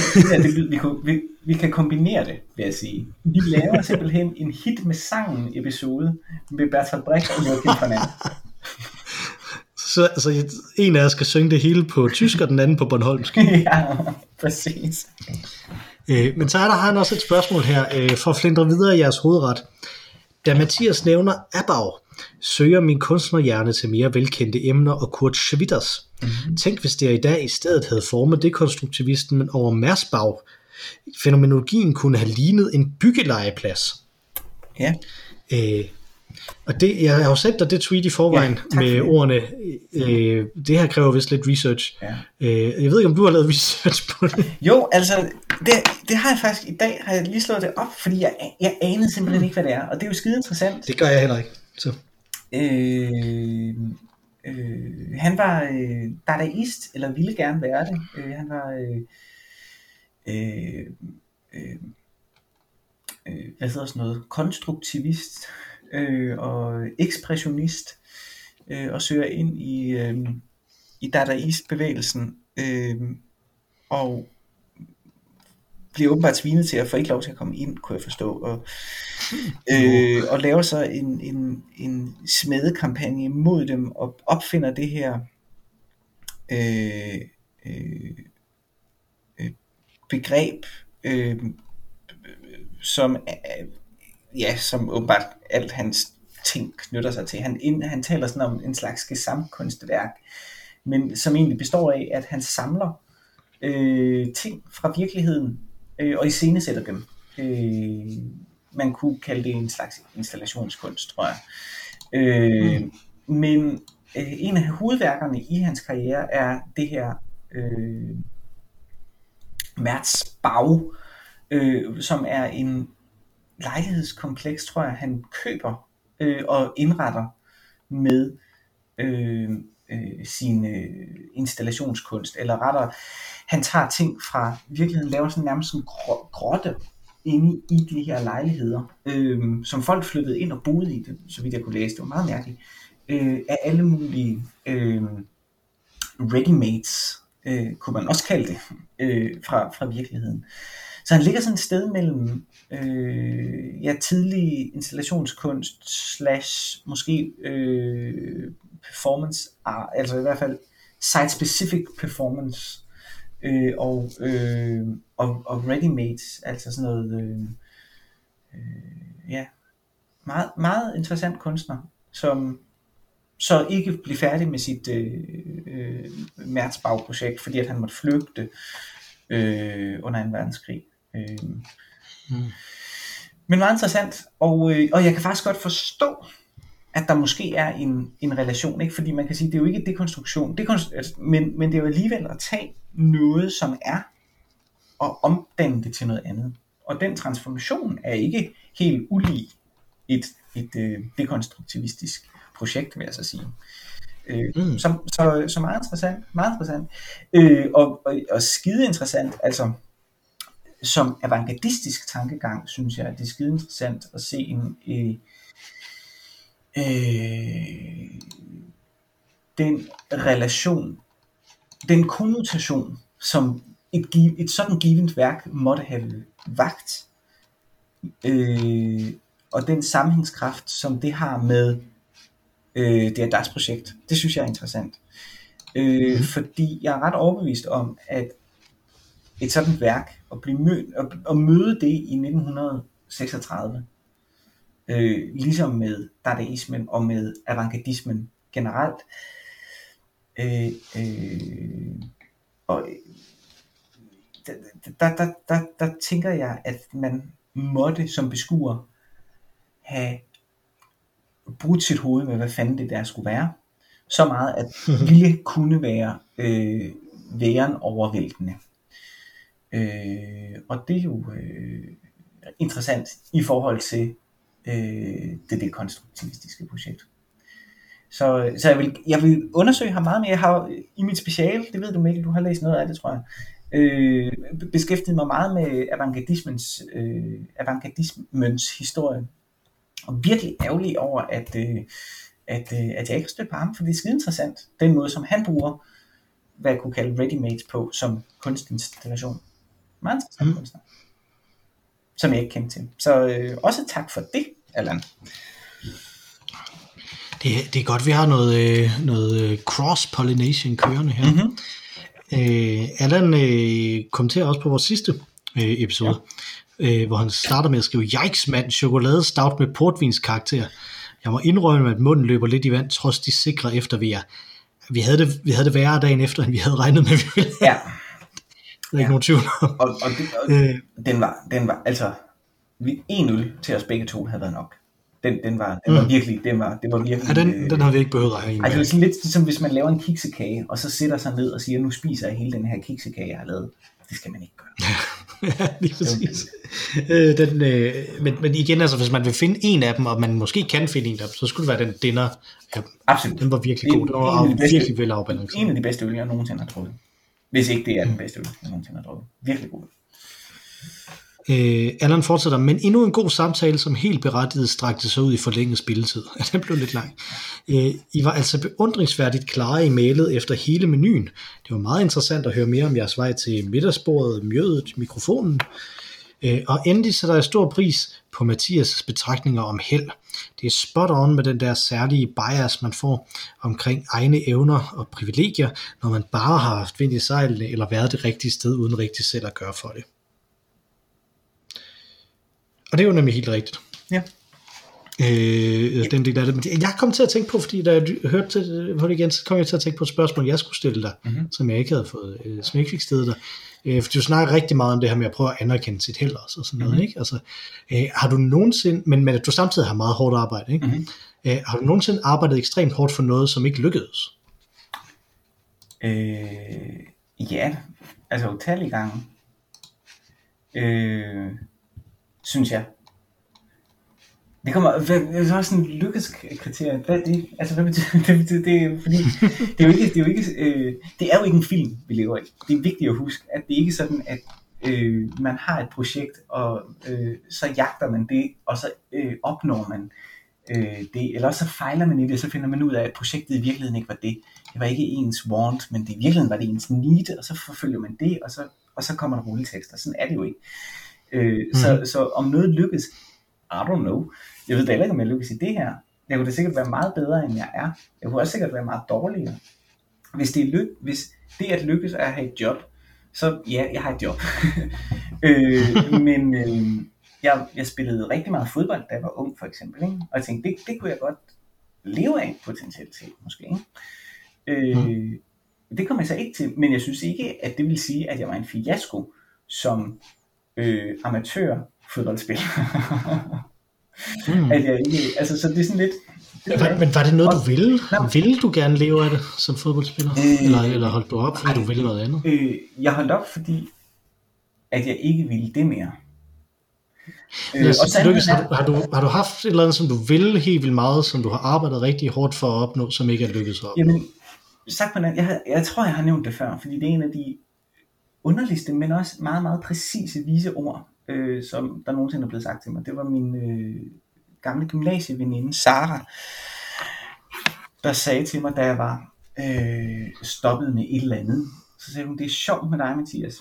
A: Vi kan kombinere det, vil jeg sige. Vi laver simpelthen en hit med sangen episode med Bertolt Brecht og Joachim von And. Så altså, en af os skal synge det hele på tysk, og den anden på bornholmsk. Ja, præcis. Men så har han også et spørgsmål her, for at flindre videre i jeres hovedret. Da Mathias nævner Abbau, søger min kunstnerhjerne til mere velkendte emner og Kurt Schwitters. Tænk, hvis det i dag i stedet havde formet dekonstruktivismen over Mersbau. Fænomenologien kunne have lignet en byggelegeplads. Ja. Og det, jeg har jo sendt dig det tweet i forvejen med ordene, det her kræver vist lidt research. Ja. Jeg ved ikke, om du har lavet research på det.
C: Jo, altså, det har jeg faktisk, i dag har jeg lige slået det op, fordi jeg anede simpelthen ikke, hvad det er, og det er jo skide interessant.
A: Det gør jeg heller ikke. Så.
C: Han var dadaist, eller ville gerne være det. Han var hvad hedder sådan noget, konstruktivist og ekspressionist, og søger ind i dadaistbevægelsen, og bliver åbenbart svinet til at få ikke lov til at komme ind, kunne jeg forstå, og laver så en smedekampagne mod dem, og opfinder det her begreb, som åbenbart alt hans ting knytter sig til. Han taler sådan om en slags gesamtkunstværk, men som egentlig består af, at han samler ting fra virkeligheden, og iscenesætter dem. Man kunne kalde det en slags installationskunst, tror jeg. Men en af hovedværkerne i hans karriere er det her Merzbau, som er en lejlighedskompleks, tror jeg, han køber og indretter med sin installationskunst, eller rettere, han tager ting fra virkeligheden, laver sådan nærmest en grotte inde i de her lejligheder, som folk flyttede ind og boede i, det, så vidt jeg kunne læse. Det var meget mærkeligt. Af alle mulige ready-mates, kunne man også kalde det, fra virkeligheden. Så han ligger sådan et sted mellem tidlig installationskunst / måske performance art, altså i hvert fald site-specific performance, og ready-made, altså sådan noget, meget, meget interessant kunstner, som så ikke blev færdig med sit Merzbau-projekt, fordi at han måtte flygte under 2. verdenskrig. Men meget interessant, og jeg kan faktisk godt forstå, at der måske er en relation, ikke? Fordi man kan sige, det er jo ikke dekonstruktion, men det er jo alligevel at tage noget, som er, og omdanne det til noget andet. Og den transformation er ikke helt ulig et dekonstruktivistisk projekt, vil jeg så sige. Så meget interessant, og skide interessant, altså som avantgardistisk tankegang, synes jeg, at det er skide interessant at se den relation, den konnotation, som et sådan givet værk måtte have vagt, og den sammenhængskraft, som det har med det er deres projekt. Det synes jeg er interessant. Fordi jeg er ret overbevist om, at et sådan værk, at møde det i 1936, ligesom med dadaismen og med avantgardismen generelt, og der tænker jeg, at man måtte som beskuer have brudt sit hoved med, hvad fanden det der skulle være. Så meget, at ville kunne være væren overvæltende. Og det er jo interessant i forhold til det konstruktivistiske projekt. Så jeg vil undersøge ham meget mere. Jeg har i mit speciale, det ved du Mikkel, du har læst noget af det, tror jeg, beskæftiget mig meget med avantgardismens historie. Og virkelig ærgerlig over, at jeg ikke har stødt på ham, for det er skide interessant, den måde, som han bruger, hvad jeg kunne kalde ready-made på, som kunstinstallation. Meget interessant kunstner, som jeg ikke kendte til. Så også tak for det, Allan.
A: Det er godt, vi har noget cross-pollination kørende her. Mm-hmm. Allan kommenterer også på vores sidste episode, hvor han starter med at skrive, yikes mand, chokoladestout med portvinskarakter. Jeg må indrømme, at munden løber lidt i vand, trods de sikre eftervejer. Vi havde det værre dagen efter, end vi havde regnet med, vi ville.
C: Ja.
A: Der er ikke nogen tvivl.
C: Og den var altså 1 øl til os begge to havde været nok. Den var virkelig. Ja,
A: den havde vi ikke behøvet at have en.
C: Altså det er sådan lidt som hvis man laver en kiksekage, og så sætter sig ned og siger, nu spiser jeg hele den her kiksekage, jeg har lavet. Det skal man ikke gøre.
A: Ja, lige præcis. Men igen, altså hvis man vil finde en af dem, og man måske kan finde en af dem, så skulle det være den dinner.
C: Absolut.
A: Den var virkelig god. Den var virkelig vel afbalanceret.
C: En af de bedste øl, jeg nogensinde har drukket. Hvis ikke det er den bedste øl, jeg nogensinde har drukket. Virkelig god.
A: Allan fortsætter, men endnu en god samtale, som helt berettiget strakte sig ud i forlænget spilletid. Den blev lidt lang. I var altså beundringsværdigt klare i mailet efter hele menuen. Det var meget interessant at høre mere om jeres vej til middagsbordet, mjødet, mikrofonen. Og endelig sætter jeg stor pris på Mathias' betragtninger om held. Det er spot on med den der særlige bias, man får omkring egne evner og privilegier, når man bare har haft vind i sejlene eller været det rigtige sted, uden rigtigt selv at gøre for det. Og det er jo nemlig helt rigtigt.
C: Ja.
A: Den del af det. Men jeg kom til at tænke på, fordi da jeg hørte det igen, så kom jeg til at tænke på et spørgsmål, jeg skulle stille dig, som jeg ikke havde fået, som jeg ikke fik stillet dig. For du snakker rigtig meget om det her med at prøve at anerkende sit held også, og sådan noget, ikke? Altså, har du nogensinde, men at du samtidig har meget hårdt arbejde, ikke? Har du nogensinde arbejdet ekstremt hårdt for noget, som ikke lykkedes?
C: Ja, altså utallige gange. Synes jeg. Det kommer, det er også sådan en lykkeskriterie. Hvad er det? Altså hvad betyder det? Fordi det er jo ikke en film, vi lever i. Det er vigtigt at huske, at det ikke er sådan, at man har et projekt, og så jagter man det, og så opnår man det, eller også så fejler man i det, og så finder man ud af, at projektet i virkeligheden ikke var det. Det var ikke ens want, men det i virkeligheden var det ens need, og så forfølger man det, og så kommer der rulletekster. Sådan er det jo ikke. Så om noget lykkes, I don't know. Jeg ved da ikke, om jeg lykkes i det her. Jeg kunne da sikkert være meget bedre, end jeg er. Jeg kunne også sikkert være meget dårligere. Hvis det at lykkes er at have et job, så ja, jeg har et job. Men jeg spillede rigtig meget fodbold, da jeg var ung, for eksempel. Ikke? Og jeg tænkte, det kunne jeg godt leve af, potentielt set, måske. Ikke? Det kom jeg så ikke til, men jeg synes ikke, at det vil sige, at jeg var en fiasko som amatør fodboldspiller. At jeg ikke, altså, så det er sådan lidt...
A: Men var det noget, du ville? Ville du gerne leve af det som fodboldspiller? Eller holdt du op, fordi du ville noget andet?
C: Jeg holdt op, fordi at jeg ikke ville det mere.
A: Har du haft et eller andet, som du ville helt vildt meget, som du har arbejdet rigtig hårdt for at opnå, som ikke er lykkedes op?
C: Jamen, sagt på den, jeg tror, jeg har nævnt det før, fordi det er en af de underligste, men også meget, meget præcise vise ord, som der nogensinde er blevet sagt til mig. Det var min gamle gymnasieveninde, Sara, der sagde til mig, da jeg var stoppet med et eller andet. Så sagde hun, det er sjovt med dig, Mathias.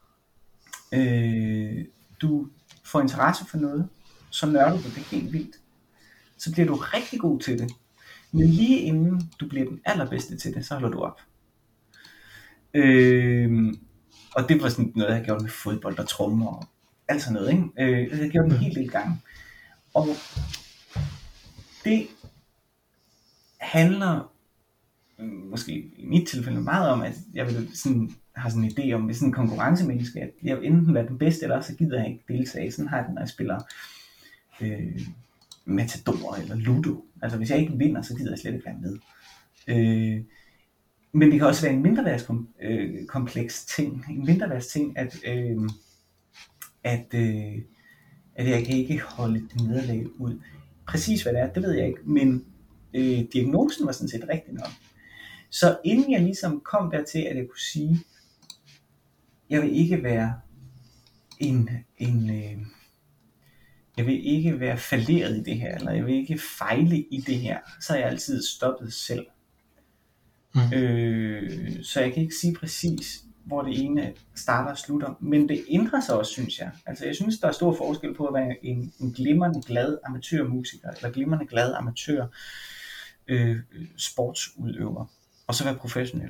C: Du får interesse for noget, så nørder du det helt vildt. Så bliver du rigtig god til det. Men lige inden du bliver den allerbedste til det, så holder du op. Og det var sådan noget, jeg gjorde med fodbold og trommer og alt sådan noget. Ikke? Jeg gjorde det en hel del gange. Og det handler måske i mit tilfælde meget om, at jeg vil har sådan en idé om, hvis sådan en konkurrencemenneske, at jeg vil enten være den bedste, eller så gider jeg ikke deltage. Sådan har jeg det, når jeg spiller Matador eller Ludo. Altså hvis jeg ikke vinder, så gider jeg slet ikke være med. Men det kan også være en mindreværdskompleks ting. En mindreværdsting, at jeg kan ikke holde et nederlag ud. Præcis hvad det er, det ved jeg ikke. Men diagnosen var sådan set rigtig nok. Så inden jeg ligesom kom dertil, at jeg kunne sige, jeg vil ikke være jeg vil ikke være falderet i det her, eller jeg vil ikke fejle i det her, så har jeg altid stoppet selv. Så jeg kan ikke sige præcis, hvor det ene starter og slutter, men det ændrer sig også, synes jeg. Altså jeg synes, der er stor forskel på at være en glimrende glad amatørmusiker, eller glimrende glad amatør sportsudøver, og så være professionel.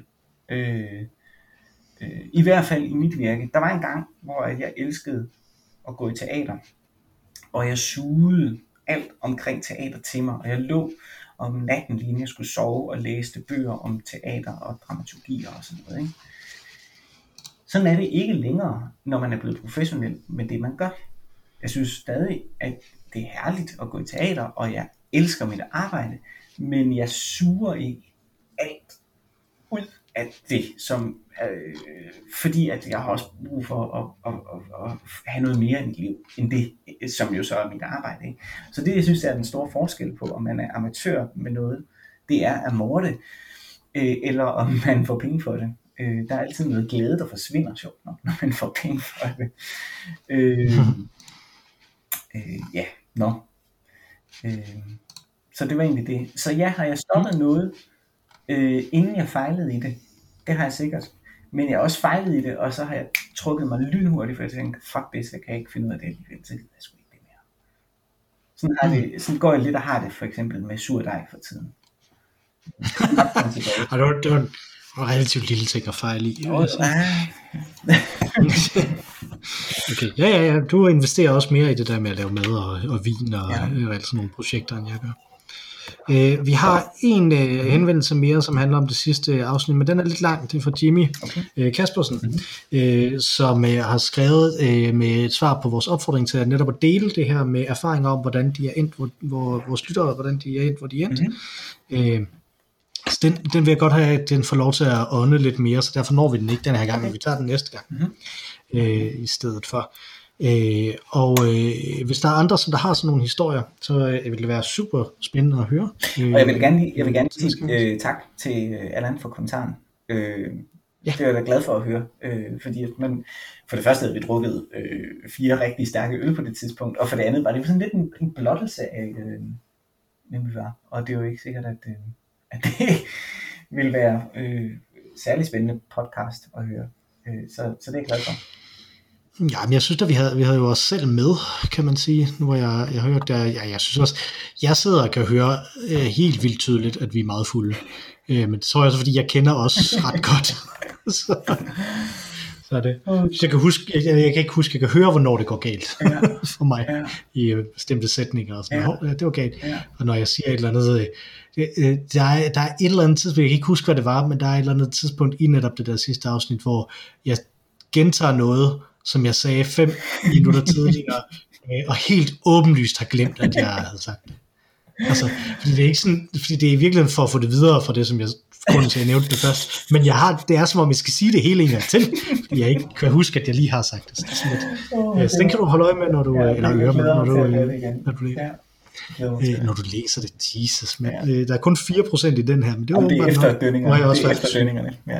C: I hvert fald i mit virke. Der var en gang, hvor jeg elskede at gå i teater, og jeg sugede alt omkring teater til mig, og jeg lå om natten, lige jeg skulle sove, og læste bøger om teater og dramaturgier og sådan noget. Ikke? Sådan er det ikke længere, når man er blevet professionel med det, man gør. Jeg synes stadig, at det er herligt at gå i teater, og jeg elsker mit arbejde, men jeg suger ikke alt ud af det, som, fordi at jeg har også brug for at have noget mere i mit liv, end det, som jo så er mit arbejde. Ikke? Så det, jeg synes, er den store forskel på, om man er amatør med noget, det er at morte, eller om man får penge for det. Der er altid noget glæde, der forsvinder, sjovt nok, når man får penge for det. Så det var egentlig det. Så ja, har jeg stoppet noget, inden jeg fejlede i det? Det har jeg sikkert. Men jeg har også fejlet i det, og så har jeg trukket mig lynhurtigt, for jeg tænkte, fuck det, så jeg kan ikke finde ud af det alligevel, så gider jeg sgu ikke det mere. Sådan går jeg lidt og har det, for eksempel med surdej for tiden.
A: Og det var en relativt lille ting at fejle i. Okay, ja, du investerer også mere i det der med at lave mad og vin og alt sådan nogle projekter, end jeg gør. Vi har en henvendelse mere, som handler om det sidste afsnit, men den er lidt lang. Det er fra Jimmy Kaspersen, som har skrevet med et svar på vores opfordring til at netop at dele det her med erfaringer om, hvordan de er endt, hvor vores lyttere, hvordan de er endt, hvor de er endt. Så den vil jeg godt have, at den får lov til at ånde lidt mere, så derfor når vi den ikke den her gang, men vi tager den næste gang i stedet for. Hvis der er andre, som der har sådan nogle historier, så vil det være super spændende at høre.
C: Og jeg vil gerne sige tak til Allan for kommentaren. Det er jeg da glad for at høre, fordi at man, for det første havde vi drukket 4 rigtig stærke øl på det tidspunkt, og for det andet var det sådan lidt en blottelse nemlig var. Og det er jo ikke sikkert, at det vil være særlig spændende podcast at høre. Så det er jeg glad for.
A: Ja, men jeg synes at vi havde jo os selv med, kan man sige. Nu hvor jeg har hørt der, jeg synes også, jeg sidder og kan høre helt vildt tydeligt, at vi er meget fulde. Men det tror jeg også, fordi jeg kender os ret godt. Så er det. Så jeg kan huske, jeg kan høre, hvornår det går galt for mig i bestemte sætninger og sådan. Ja, det var galt. Ja. Og når jeg siger et eller andet, der er et eller andet tidspunkt, jeg kan ikke huske, hvad det var, men der er et eller andet tidspunkt i netop det der sidste afsnit, hvor jeg gentager noget, som jeg sagde 5 minutter tidligere, og helt åbenlyst har glemt, at jeg havde sagt det. Altså, fordi det er ikke sådan, fordi det er i virkeligheden for at få det videre fra det, som jeg grunden til, at jeg nævnte det først. Men det er som om, jeg skal sige det hele en gang til, fordi jeg ikke kan huske, at jeg lige har sagt det. Så, så den kan du holde øje med, når du når du læser det. Jesus, men der er kun 4% i den her, men det er
C: efter dønningerne. Ja.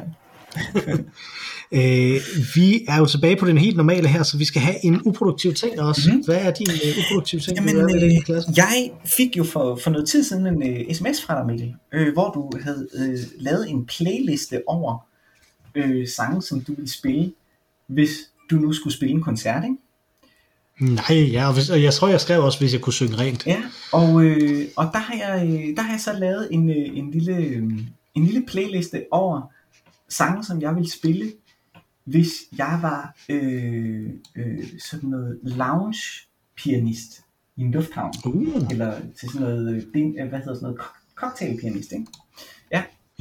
A: Vi er jo tilbage på den helt normale her, så vi skal have en uproduktiv ting også. Hvad er din uproduktive ting?
C: Jeg fik jo for noget tid siden en sms fra dig, Mikkel, hvor du havde lavet en playliste over sange, som du ville spille, hvis du nu skulle spille en koncert, ikke?
A: Nej, ja, og jeg tror, jeg skrev også, hvis jeg kunne synge rent.
C: Ja, og der har jeg så lavet en lille playliste over sange, som jeg ville spille, hvis jeg var sådan noget lounge pianist i en lufthavn, eller til sådan noget, cocktail pianist, ikke? Ja.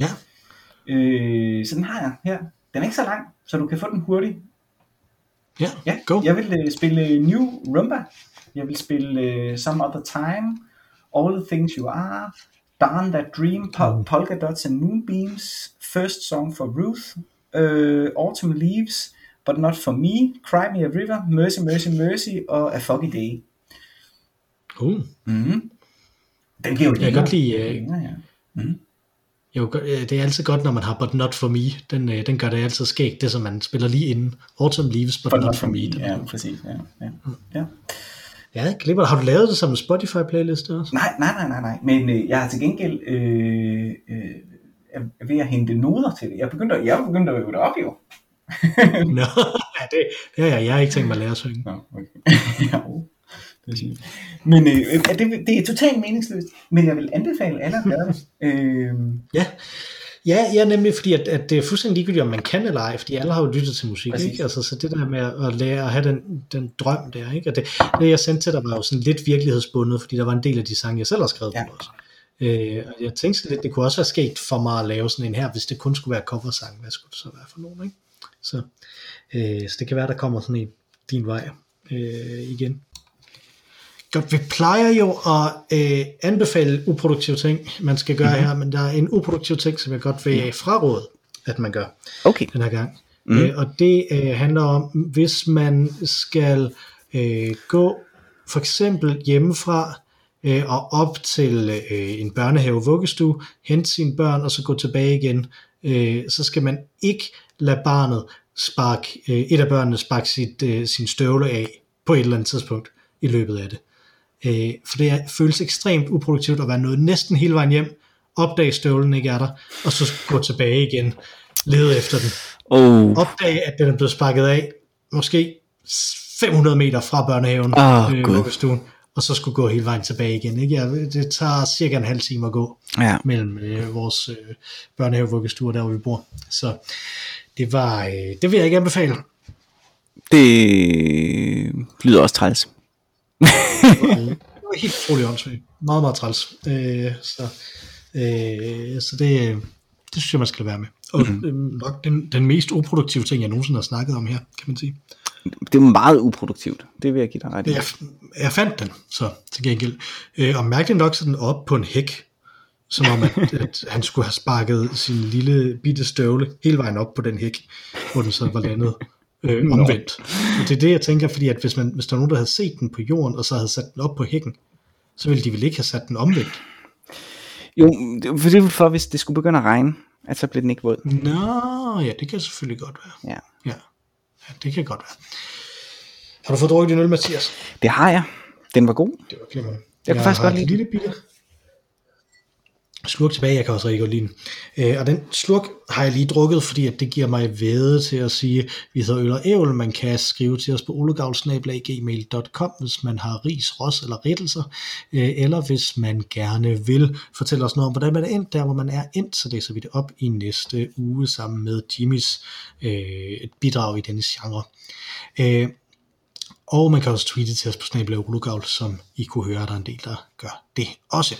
C: Så den har jeg her. Den er ikke så lang, så du kan få den hurtigt.
A: Ja, go.
C: Jeg vil spille New Rumba. Jeg vil spille Some Other Time, All the Things You Are, Darn That Dream, Polka Dots and Moonbeams, First Song for Ruth, Autumn Leaves, But Not For Me, Cry Me A River, Mercy Mercy Mercy og A Foggy Day. Den giver jo
A: jeg kan godt lide det er altid godt, når man har But Not For Me. Den gør det altid skægt, det som man spiller lige inden. Autumn Leaves, But Not For Me.
C: Ja, præcis. Ja.
A: Ja, Klipper, har du lavet det som en Spotify-playliste også?
C: Nej. Men jeg har til gengæld ved at hente noder til det. Jeg begyndte at øve det op, jo.
A: Nå, jeg har ikke tænkt mig at lære at synge.
C: Nå, okay. Men det er totalt meningsløst. Men jeg vil anbefale alle at gøre det.
A: Ja, nemlig fordi at det er fuldstændig ligegyldigt, om man kan eller ej, fordi alle har jo lyttet til musik, ikke? Altså, så det der med at lære at have den drøm der, ikke? Og det jeg sendte til dig var jo sådan lidt virkelighedsbundet, fordi der var en del af de sange, jeg selv har skrevet på også. Og jeg tænkte lidt, det kunne også være sket for mig at lave sådan en her, hvis det kun skulle være coversange, hvad skulle det så være for nogen, ikke? Så det kan være, der kommer sådan en din vej igen. Godt, vi plejer jo at anbefale uproduktive ting, man skal gøre her, men der er en uproduktiv ting, som jeg godt vil fraråde, at man gør den her gang. Og det handler om, hvis man skal gå for eksempel hjemmefra og op til en børnehave, vuggestue, hente sine børn og så gå tilbage igen, så skal man ikke lade et af børnene sparke sin støvle af på et eller andet tidspunkt i løbet af det. For det føles ekstremt uproduktivt at være nået næsten hele vejen hjem, opdage støvlen ikke er der, og så gå tilbage igen, lede efter den. Opdage, at den er blevet sparket af, måske 500 meter fra børnehaven, vuggestuen, og så skulle gå hele vejen tilbage igen. Ikke? Det tager cirka en halv time at gå mellem vores børnehave, vuggestue og der, hvor vi bor. Så det vil jeg ikke anbefale.
B: Det lyder også træls.
A: Det var helt utroligt åndssvagt. Meget, meget træls. Så det synes jeg, man skal være med. Og nok den mest uproduktive ting, jeg nogensinde har snakket om her, kan man sige.
B: Det er meget uproduktivt. Det vil jeg give dig ret i.
A: Jeg fandt den så til gengæld. Og mærkeligt nok så den op på en hæk, som om at han skulle have sparket sin lille bitte støvle hele vejen op på den hæk, hvor den så var landet omvendt. Og det er det, jeg tænker, fordi at hvis der var nogen, der havde set den på jorden, og så havde sat den op på hækken, så ville de vel ikke have sat den omvendt.
B: Jo, for det er for, hvis det skulle begynde at regne, at så blev den ikke våd.
A: Nå, ja, det kan selvfølgelig godt være.
B: Ja,
A: det kan godt være. Har du fået drukket din øl, Mathias?
B: Det har jeg. Den var god.
A: Det var glimrende.
B: Jeg kunne faktisk godt lide
A: lille bitte slurk tilbage, jeg kan også rigtig godt lide den. Og den slurk har jeg lige drukket, fordi at det giver mig væde til at sige, vi hedder Øl og Ævl. Man kan skrive til os på olegavl@gmail.com, hvis man har ris, ros eller rettelser, eller hvis man gerne vil fortælle os noget om, hvordan man er endt der, hvor man er endt, så læser vi det op i næste uge sammen med Jimmys et bidrag i denne genre. Og man kan også tweete til os på @olegavl, som I kunne høre, der er en del, der gør det også.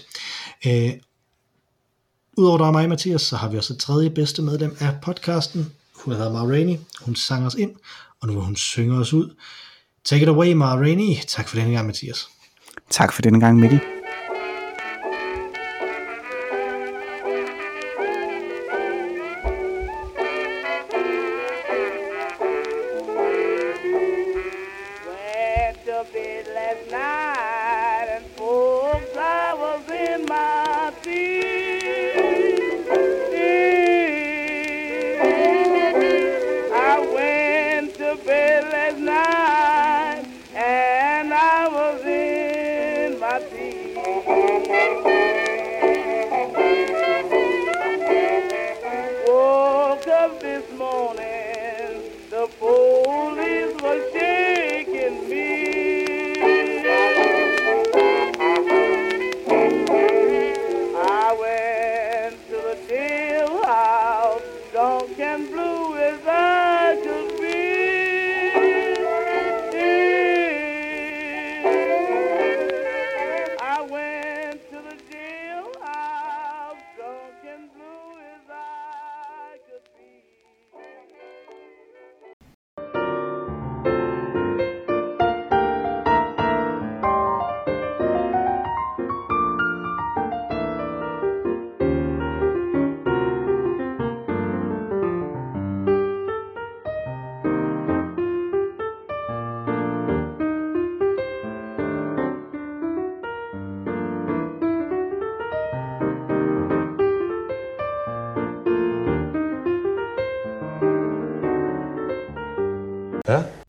A: Udover der er mig, Mathias, så har vi også et tredje bedste medlem af podcasten. Hun hedder Mara Rainey. Hun sang os ind, og nu vil hun synge os ud. Take it away, Mara Rainey. Tak for denne gang, Mathias.
B: Tak for denne gang, Mikkel.
D: Ja.